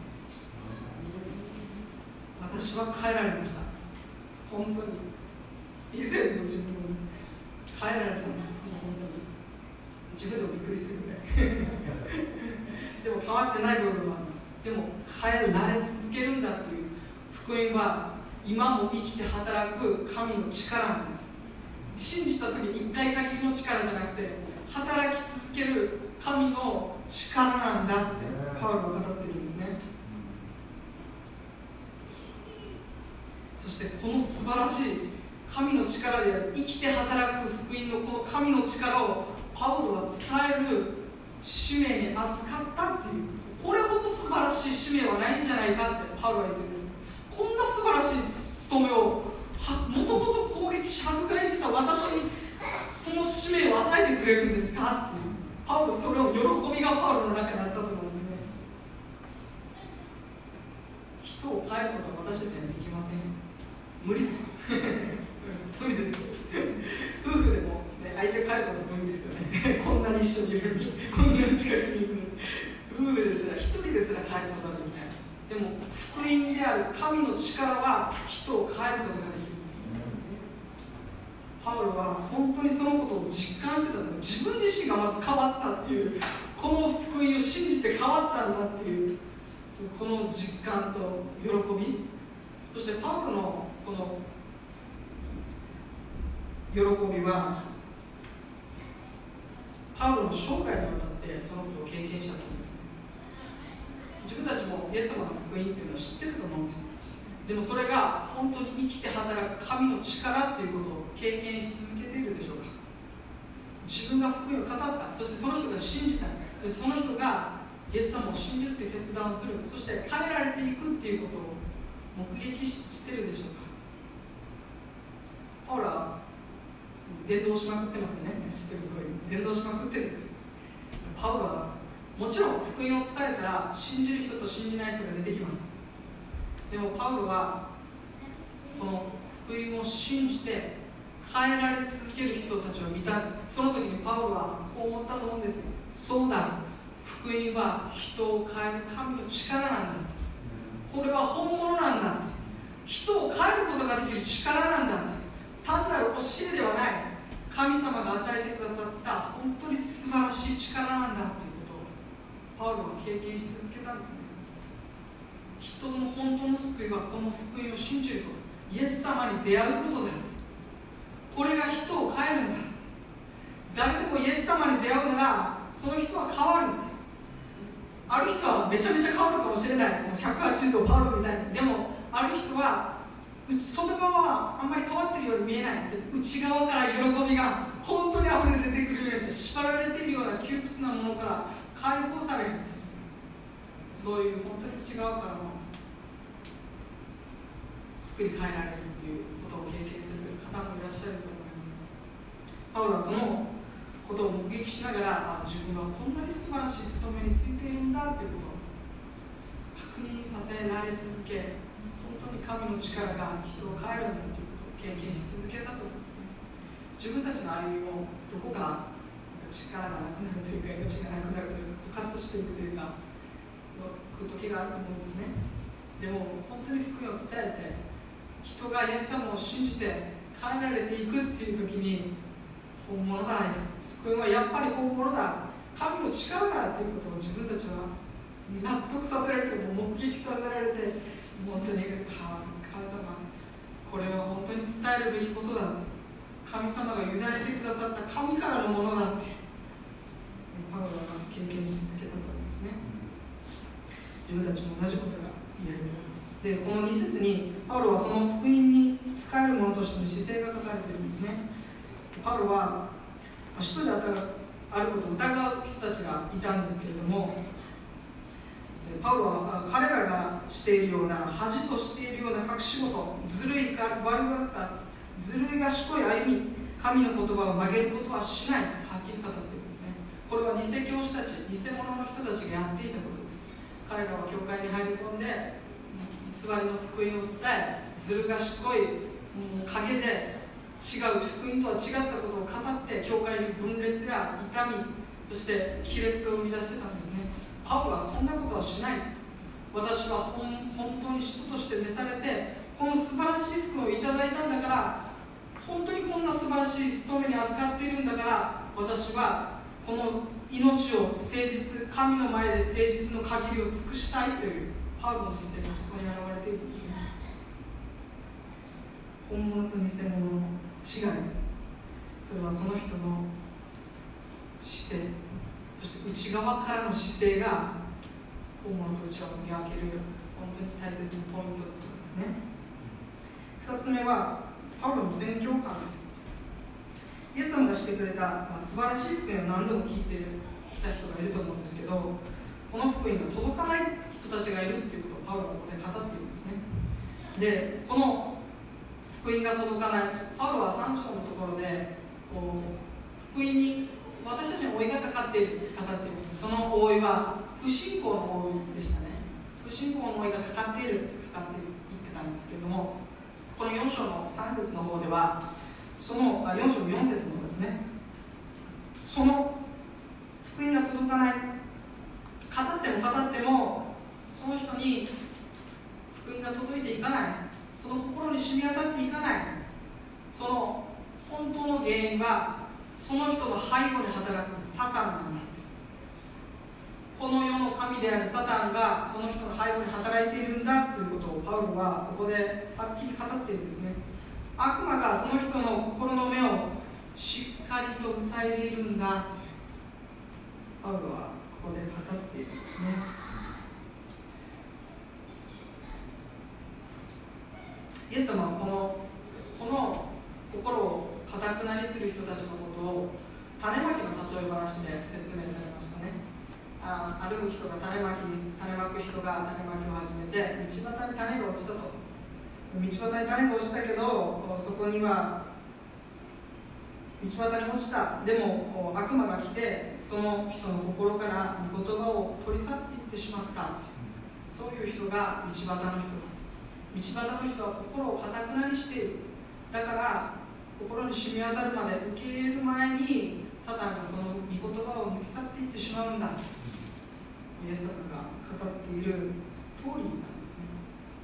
S4: 私は変えられました。本当に以前の自分を変えられたんです。本当に自分でもびっくりするぐらいでも変わってない部分もあります。でも変えられ続けるんだっていう福音は今も生きて働く神の力なんです。信じた時に一回限りの力じゃなくて働き続ける神の力なんだってパウロは語ってるんですね。そしてこの素晴らしい神の力である生きて働く福音のこの神の力をパウロは伝える使命に預かったっていう、これほど素晴らしい使命はないんじゃないかってパウロは言ってるんです。こんな素晴らしい務めをもともと攻撃し迫害してた私にその使命を与えてくれるんですかっていう、パウロそれを喜びがパウロの中にあったと思うんですね。人を変えることは私たちにはできません。無理です無理です夫婦でも、ね、相手を変えることは無理ですよねこんなに一緒にいるのにこんなに近くにいるのに夫婦ですら一人ですら変えることはできない。でも福音である神の力は人を変えることができるんです。パウロは本当にそのことを実感してたんだ。自分自身がまず変わったっていう、この福音を信じて変わったんだっていうこの実感と喜び、そしてパウロのこの喜びはパウロの生涯にわたってそのことを経験したと思うんですね。自分たちもイエス様の福音っていうのを知ってると思うんです。でもそれが本当に生きて働く神の力ということを経験し続けているでしょうか。自分が福音を語った、そしてその人が信じた、そしてその人がイエス様を信じるという決断をする、そして変えられていくっていうことを目撃しているでしょうか。パウロは伝道しまくってますよね。知ってる通り伝道しまくってるんです。パウロはもちろん福音を伝えたら信じる人と信じない人が出てきます。でもパウロはこの福音を信じて変えられ続ける人たちを見たんです。その時にパウロはこう思ったと思うんですね。そうだ、福音は人を変える神の力なんだって、これは本物なんだって、人を変えることができる力なんだって、単なる教えではない、神様が与えてくださった本当に素晴らしい力なんだということをパウロは経験し続けたんですね。人の本当の救いはこの福音を信じること、イエス様に出会うことだって、これが人を変えるんだって、誰でもイエス様に出会うならその人は変わるって。ある人はめちゃめちゃ変わるかもしれない、もうひゃくはちじゅうどパウロみたいに。でもある人は外側はあんまり変わってるように見えない、内側から喜びが本当にあふれ出てくるように、縛られているような窮屈なものから解放されるっていう、そういう本当に内側からの作り変えられるということを経験する方もいらっしゃると思います。パウロはそのことを目撃しながら、あ、自分はこんなに素晴らしい務めについているんだということを確認させられ続け、本当に神の力が人を変えるんだということを経験し続けたと思うんですね。自分たちの歩みもどこか力がなくなるというか、命がなくなるというか、枯渇していくというか来る時があると思うんですね。でも本当に福音を伝えて人がイエス様を信じて変えられていくっていう時に、本物だ、福音はやっぱり本物だ、神の力だということを自分たちは納得させられて、も目撃させられて、本当に神様、これは本当に伝えるべきことだって、神様が委ねてくださった神からのものだってパウロは経験し続けたと思いますね。自分たちも同じことが言えると思います。で、このに節にパウロはその福音に仕える者としての姿勢が書かれているんですね。パウロは使徒であることを疑う人たちがいたんですけれども、 パウロは彼らがしているような恥としているような隠し事、ずるいか悪がずるい賢い歩み、神の言葉を曲げることはしないとはっきり語っているんですね。これは偽教師たち、偽物の人たちがやっていたことです。彼らは教会に入り込んで偽りの福音を伝え、ずる賢い陰で違う福音とは違ったことを語って教会に分裂や痛み、そして亀裂を生み出してたんですね。パウロはそんなことはしない。私は 本, 本当に人として召されてこの素晴らしい福音をいただいたんだから、本当にこんな素晴らしい務めに預かっているんだから、私はこの命を誠実、神の前で誠実の限りを尽くしたいというパウロの姿勢がここに現れているんですね。本物と偽物の違い、それはその人の姿勢、そして内側からの姿勢が本物と内側を見分ける本当に大切なポイントですね。ふたつめはパウロの宣教観です。イエス様がしてくれた、まあ、素晴らしい福音を何度も聞いてきた人がいると思うんですけど、この福音が届かない人たちがいるということをパウロはここで語っているんですね。で、この福音が届かない、パウロはさん章のところでこう福音に私たちの覆いがかかっている語っているんです。その覆いは不信仰の覆いでしたね。不信仰の覆いがかかっているってかかって言ってたんですけれども、このよん章のさん節の方では、そのあよん章のよん節の方ですね、その福音が届かない、語っても語ってもその人に福音が届いていかない、その心に染み渡っていかない、その本当の原因はその人の背後に働くサタンなんだ。この世の神であるサタンがその人の背後に働いているんだということをパウロはここではっきり語っているんですね。悪魔がその人の心の目をしっかりと塞いでいるんだとパウロはここで語っているんですね。イエス様はこのこの心をかたくなにする人たちのことを種まきの例え話で説明されましたね。あ, ある人が種まき種まく人が種まきを始めて、道端に種が落ちたと。道端に種が落ちたけど、そこには道端に落ちた、でも悪魔が来てその人の心から御言葉を取り去っていってしまった。そういう人が道端の人だ。道端の人は心をかたくなにしている。だから心に染み渡るまで受け入れる前にサタンがその御言葉を抜き去っていってしまうんだ。イエス様が語っている通りなんですね。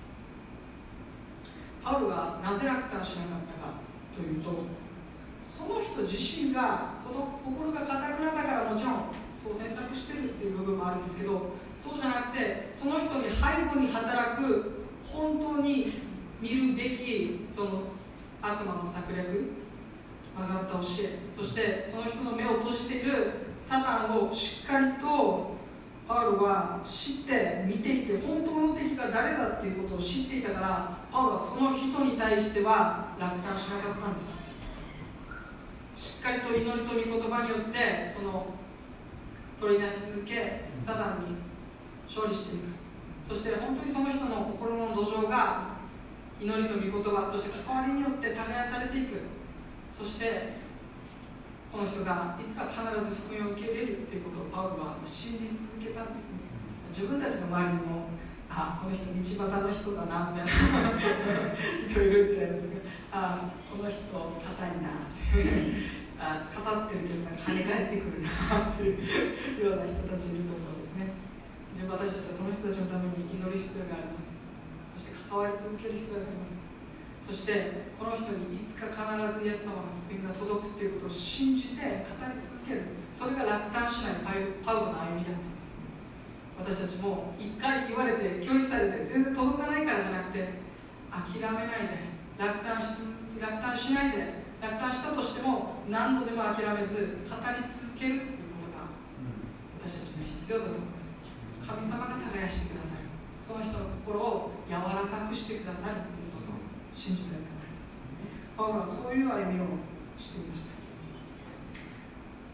S4: パウロがなぜ落胆しなかったかというと、その人自身がこの心がかたくなだからもちろんそう選択しているっていう部分もあるんですけど、そうじゃなくてその人に背後に働く本当に見るべきその悪魔の策略、曲がった教え、そしてその人の目を閉じているサタンをしっかりとパウロは知って見ていて、本当の敵が誰だっていうことを知っていたから、パウロはその人に対しては落胆しなかったんです。しっかりと祈りと御言葉によってその取り出し続け、サタンに勝利していく。そして本当にその人の心の土壌が祈りと御言葉、そして関わりによって耕されていく。そしてこの人がいつか必ず福音を受け入れるということをパウロは信じ続けたんですね。自分たちの周りにも、あ、この人道端の人だなみたいな人いるじゃないですか。あ、この人硬いなってあ、語ってるけどなんか跳ね返ってくるなっていうような人たちいると思うんですね。自分私たちはその人たちのために祈る必要があります。そして関わり続ける必要があります。そしてこの人にいつか必ずイエス様の福音が届くということを信じて語り続ける。それが落胆しないパウロの歩みだったんです。私たちも一回言われて拒否されて全然届かないからじゃなくて、諦めないで落胆し落胆しないで、落胆したとしても何度でも諦めず語り続けるということが私たちに必要だと思います。神様が耕してください。その人の心を柔らかくしてくださいということを信じたいと思います。パウロはそういう歩みをしていました。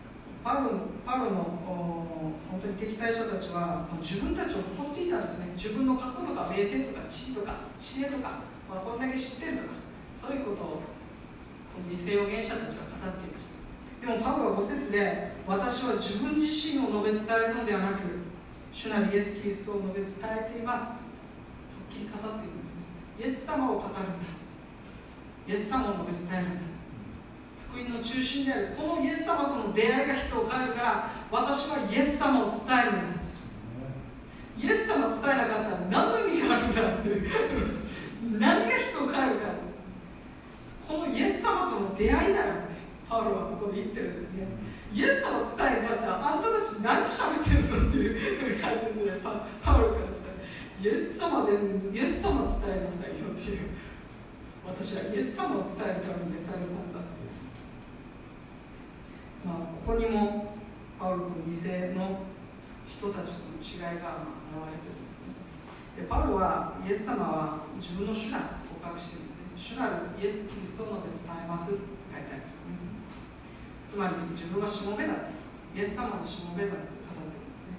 S4: パウロパウロの本当に敵対者たちは自分たちを誇っていたんですね。自分の過去とか名声とか地位とか知恵とか、まあ、こんだけ知ってるとか、そういうことを偽預言者たちは語っていました。でもパウロはご節で、私は自分自身を述べ伝えるのではなく、主なるイエス・キリストを述べ伝えていますとはっきり語っているんですね。イエス様を語るんだ、イエス様を述べ伝えるんだ、福音の中心であるこのイエス様との出会いが人を変えるから、私はイエス様を伝えるんだ。イエス様を伝えなかったら何の意味があるんだっていう何が人を変えるかって、このイエス様との出会いだよってパウロはここで言ってるんですね。イエス様を伝えなかったらあんたたち何喋ってるのっていう感じですね。 パ, パウロからしたらイエス様でイエス様を伝えなさいよっていう、私はイエス様を伝えるためにされたんだっていう、まあ、ここにもパウロと偽の人たちとの違いが現れているんですね。でパウロはイエス様は自分の主だと告白しているんですね。主なるイエス・キリストの述べ伝えますって書いてあるんですね。つまり自分はしもべだ、イエス様のしもべだって語っているんですね。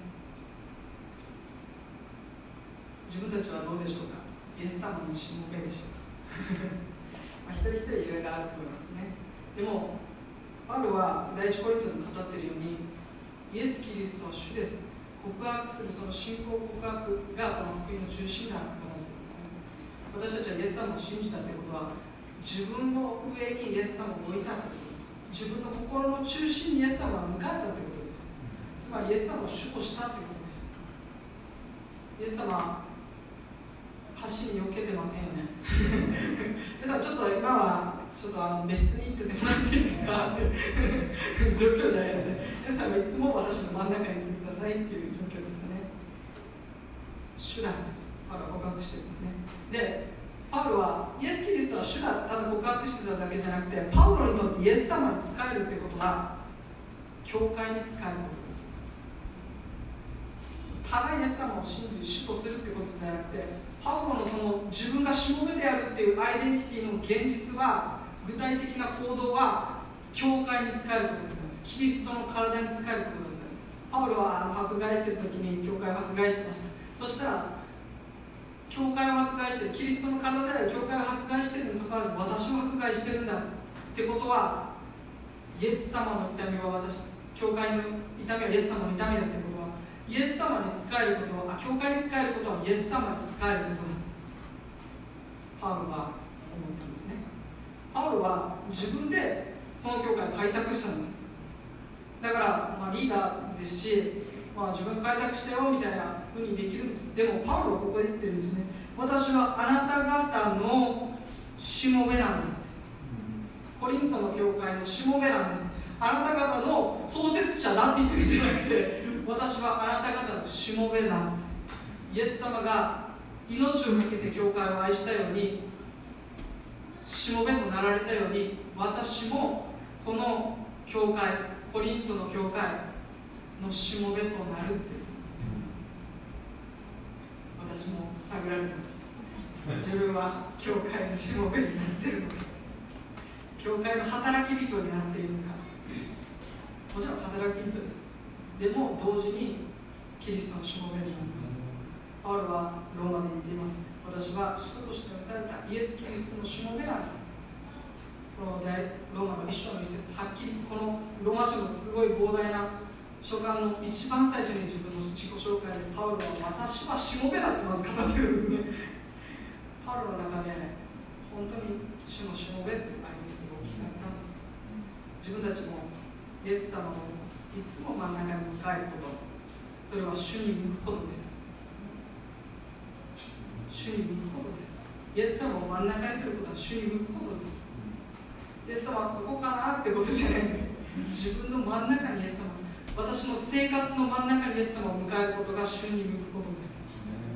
S4: 自分たちはどうでしょうか。イエス様のしもべでしょうかまあ一人一人いろいろあると思いますね。でもパウロは第一コリントに語っているように、イエス・キリストは主です、告白するその信仰告白がこの福音の中心だと語っているんですね。私たちはイエス様を信じたということは、自分の上にイエス様を置いたということです。自分の心の中心にイエス様を迎えたということです。つまりイエス様を主としたということです。イエス様は橋に避けてませんよね皆さんちょっと今はちょっとあの別室に行っててもらっていいですかって状況じゃないですね。皆さんはいつも私の真ん中にいてくださいっていう状況ですよね。主だってパウロは告白してるんですね。でパウロはイエス・キリストは主だってただ告白してただけじゃなくて、パウロにとってイエス様に仕えるってことは教会に仕えることになります。ただイエス様を信じ主とするってことじゃなくて、パウロのその自分がしもべであるっていうアイデンティティの現実は、具体的な行動は教会に仕えることになります。キリストの体に仕えることになります。パウロはあの迫害してる時に教会を迫害してました。そしたら教会を迫害している、キリストの体である教会を迫害しているにもかかわらず、私を迫害しているんだってことは、イエス様の痛みは私、教会の痛みはイエス様の痛みだってことは、イエス様に仕えることは、あ、教会に仕えることはイエス様に仕えることだってパウロは思ったんですね。パウロは自分でこの教会を開拓したんです。だから、まあ、リーダーですし、まあ、自分が開拓したよみたいな風にできるんです。でもパウロはここで言ってるんですね。私はあなた方のしもべなんだって。コリントの教会のしもべなんだって。あなた方の創設者だって言ってるんじゃなくて、私はあなた方のしもべだって。イエス様が命を懸けて教会を愛したように、しもべとなられたように、私もこの教会、コリントの教会のしもべとなるっていうことですね。私も探られます。自分は教会のしもべになっているのか、教会の働き人になっているのか。もちろん働き人です。でも同時にキリストのしもべになります。パウロはローマで言っています。私は主として召されたイエス・キリストのしもべなんだ。このローマの一章の一節、はっきりこのローマ書のすごい膨大な書簡の一番最初に自分の自己紹介でパウロは私はしもべだってまず語ってるんですね。パウロの中で本当に主のしもべっていうアイデンティティが大きかったんです。自分たちもイエス様をいつも真ん中に迎えること、それは主に向くことです。主に向くことです。イエス様を真ん中にすることは主に向くことです。イエス様はここかなってことじゃないんです。自分の真ん中にイエス様、私の生活の真ん中にイエス様を迎えることが主に向くことです。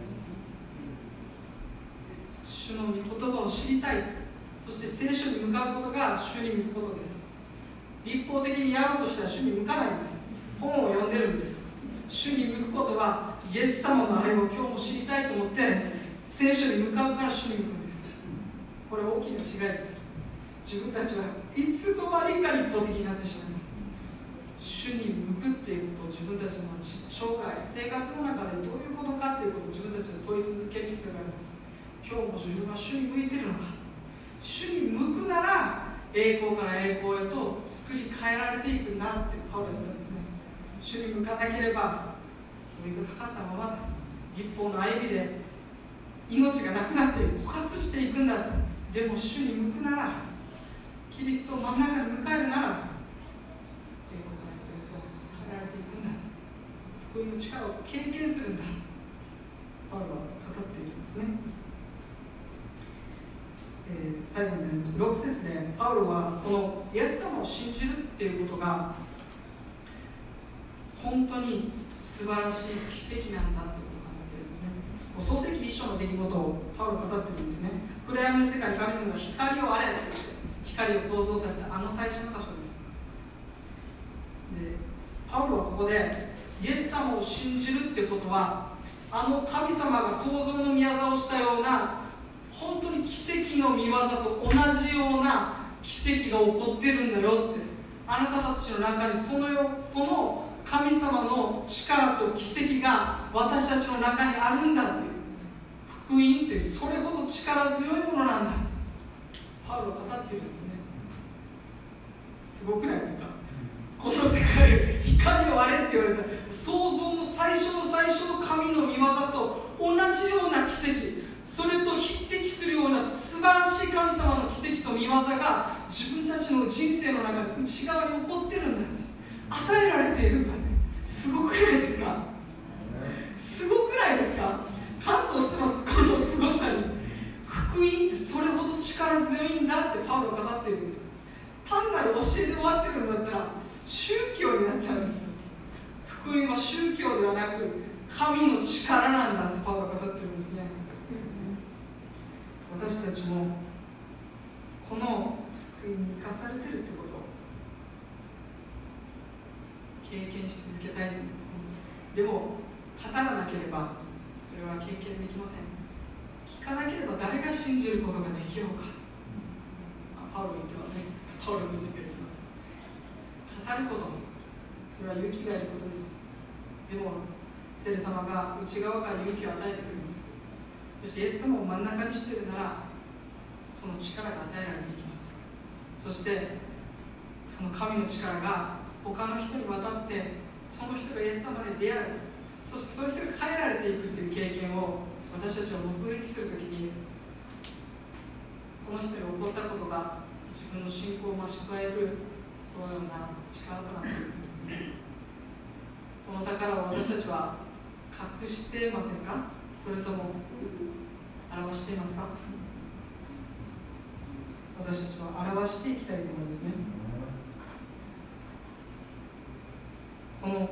S4: 主の御言葉を知りたい、そして聖書に向かうことが主に向くことです。立法的にやろうとしたら主に向かないんです。本を読んでるんです。主に向くことはイエス様の愛を今日も知りたいと思って聖書に向かうから主に向くんです。これ大きな違いです。自分たちはいつの間にか立法的になってしまいます。 主に向くっていうことを自分たちの生涯、生活の中でどういうことかっていうことを自分たちで問い続ける必要があります。今日も自分は主に向いているのか、主に向くなら栄光から栄光へと作り変えられていくんだってパウロは言ったんですね。主に向かなければ追いかかったまま一方の歩みで命がなくなって枯渇していくんだ。でも主に向くなら、キリストを真ん中に迎えるなら栄光から栄光へと変えられていくんだ。福音の力を経験するんだ。パウロは語っているんですね。えー、最後になります。ろく節でパウロはこのイエス様を信じるっていうことが本当に素晴らしい奇跡なんだということを語っているんですね。創世記一章の出来事をパウロ語っているんですね。暗闇の世界に神様が光をあれと言って光を創造されたあの最初の箇所です。でパウロはここでイエス様を信じるってことは、あの神様が創造の御業をしたような本当に奇跡の御業と同じような奇跡が起こってるんだよって、あなたたちの中にそのよその神様の力と奇跡が私たちの中にあるんだっていう、福音ってそれほど力強いものなんだってパウロは語っているんですね。すごくないですか。この世界で光をあれって言われた創造の最初の最初の神の御業と同じような奇跡、それと匹敵するような素晴らしい神様の奇跡と御業が自分たちの人生の中に内側に起こってるんだって、与えられているんだって。すごくないですか。すごくないですか。感動してます。このすごさに。福音ってそれほど力強いんだってパウロが語っているんです。単なる教えで終わってるんだったら宗教になっちゃうんです。福音は宗教ではなく神の力なんだってパウロが語ってるんですね。私たちもこの福音に生かされているってことを経験し続けたいと思いますね。でも語らなければそれは経験できません。聞かなければ誰が信じることができようか。あ、パウロ言ってますね。パウロの人が言ってます。語ること、それは勇気がいることです。でも聖霊様が内側から勇気を与えてくれます。そしてイエス様を真ん中にしているならその力が与えられていきます。そしてその神の力が他の人に渡ってその人がイエス様に出会う、そしてその人が変えられていくという経験を私たちは目撃するときに、この人に起こったことが自分の信仰を増し加えるそういうような力となっていくんですね。この宝を私たちは隠してませんか。それとも表していますか。私たちは表していきたいと思うんですね。この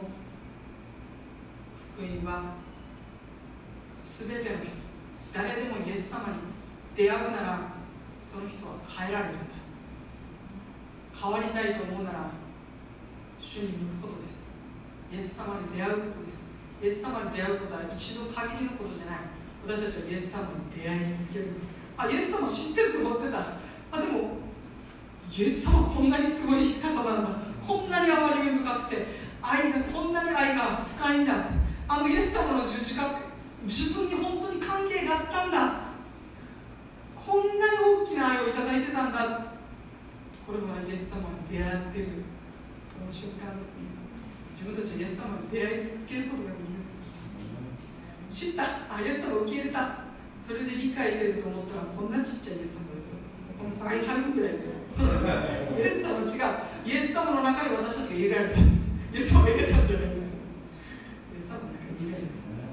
S4: 福音はすべての人、誰でもイエス様に出会うならその人は変えられるんだ。変わりたいと思うなら主に向くことです。イエス様に出会うことです。イエス様に出会うことは一度限りのことじゃない。私たちはイエス様に出会い続けるんです。あ、イエス様知ってると思ってた。あ、でもイエス様こんなにすごい方なんだ、こんなに憐れみ深くて愛がこんなに愛が深いんだ、あのイエス様の十字架って自分に本当に関係があったんだ、こんなに大きな愛をいただいてたんだ。これはイエス様に出会っているその瞬間ですね。自分たちはイエス様に出会い続けることができるんです。知った、あ、イエス様を受け入れた、それで理解していると思ったらこんなちっちゃいイエス様ですよ。このさんはいぐらいですよ。イエス様違う。イエス様の中に私たちが入れられたんです。イエス様を入れたんじゃないんですよ。イエス様の中に入れられたんです。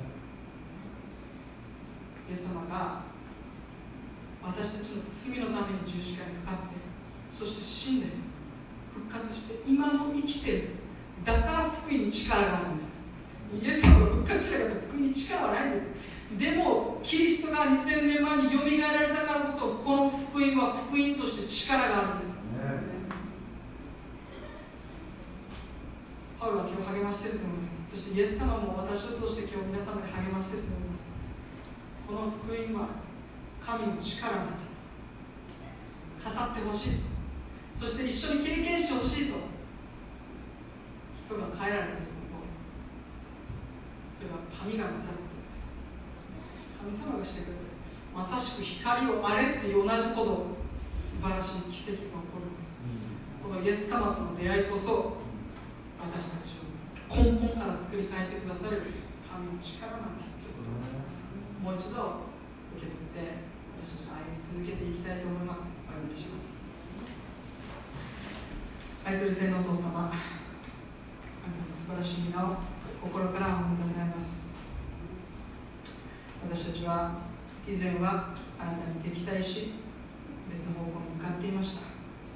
S4: イエス様が私たちの罪のために十字架にかかって、そして死んで復活して今も生きている。だから福音に力があるんです。イエス様が復活したから福音に力はないんです。でもキリストがにせんねんまえによみがえられたからこそこの福音は福音として力があるんです。パウロは今日励ましていると思います。そしてイエス様も私を通して今日皆様に励ましていると思います。この福音は神の力なんだと語ってほしいと、そして一緒に経験してほしいと、一人が変えられていること、それは神がなさることです。神様がしてください。まさしく光をあれっていう同じほど素晴らしい奇跡が起こるんです。このイエス様との出会いこそ私たちを根本から作り変えてくださる神の力なんだということをもう一度受け取って私たちは歩み続けていきたいと思います。お祈りします。愛する天のお父様、あなたの素晴らしい皆を心から褒めたたえます。私たちは以前はあなたに敵対し別の方向に向かっていました。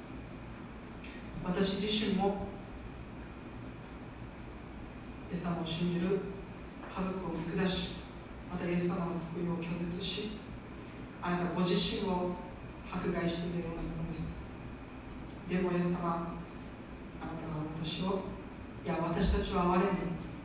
S4: 私自身もイエス様を信じる家族を見下し、またイエス様の福音を拒絶し、あなたご自身を迫害しているようなものです。でもイエス様、あなたは私を、いや私たちは我に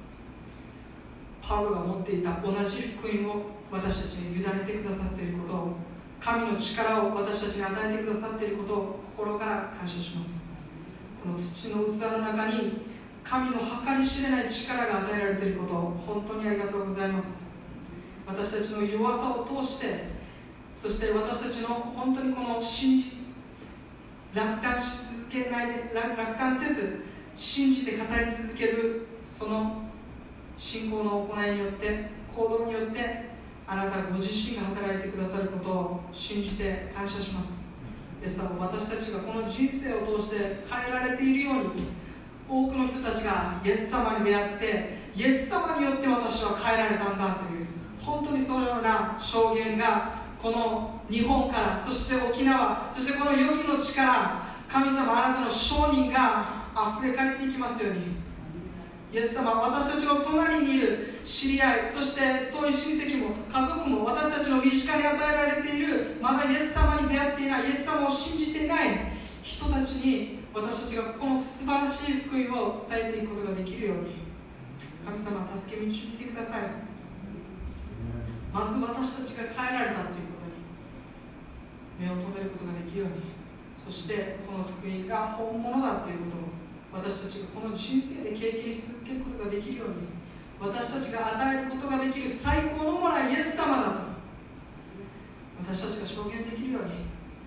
S4: パウロが持っていた同じ福音を私たちに委ねてくださっていることを、神の力を私たちに与えてくださっていることを心から感謝します。この土の器の中に神の計り知れない力が与えられていることを本当にありがとうございます。私たちの弱さを通して、そして私たちの本当にこの信じ落胆し続けないで落胆せず信じて語り続けるその信仰の行いによって行動によってあなたご自身が働いてくださることを信じて感謝します。イエス様、私たちがこの人生を通して変えられているように、多くの人たちがイエス様に出会ってイエス様によって私は変えられたんだという本当にそのような証言がこの日本から、そして沖縄、そしてこの余儀の地から神様あなたの証人があふれ返っていきますように。イエス様、私たちの隣にいる知り合い、そして遠い親戚も家族も私たちの身近に与えられている、まだイエス様に出会っていない、イエス様を信じていない人たちに私たちがこの素晴らしい福音を伝えていくことができるように神様助け導いてください。まず私たちが変えられたということに目を留めることができるように、そしてこの福音が本物だということを私たちがこの人生で経験し続けることができるように、私たちが与えることができる最高のものはイエス様だと私たちが証言できるように、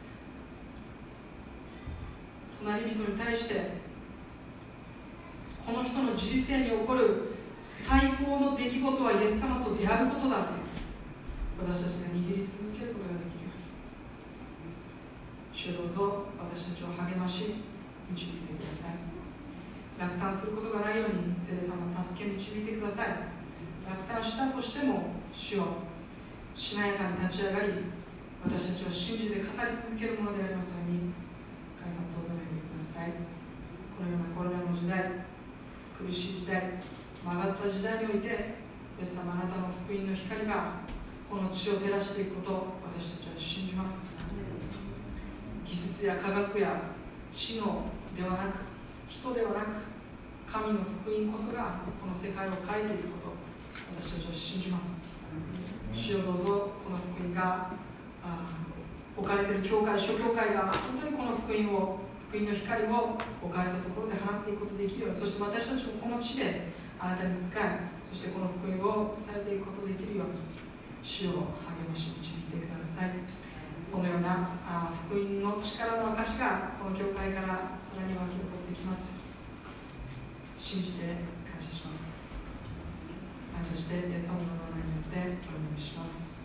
S4: 隣人に対してこの人の人生に起こる最高の出来事はイエス様と出会うことだという私たちが握り続けることができるように、主どうぞ私たちを励まし導いてください。落胆することがないように聖霊様助け導いてください。落胆したとしても主をしなやかに立ち上がり、私たちを信じて語り続けるものでありますように神様とお願いください。このようなコロナの時代、苦しい時代、曲がった時代においてイエス様あなたの福音の光がこの地を照らしていくことを私たちは信じます。技術や科学や知能ではなく、人ではなく神の福音こそがこの世界を変えていくことを私たちは信じます。主よどうぞこの福音が置かれている教会、諸教会が本当にこの福音を福音の光を置かれたところで放っていくことができるように、そして私たちもこの地であなたに仕え、そしてこの福音を伝えていくことができるように主を励まし導いてください。このようなあ福音の力の証がこの教会からさらに湧き起こってきますように信じて感謝します。感謝してイエス様の名前によってお祈りします。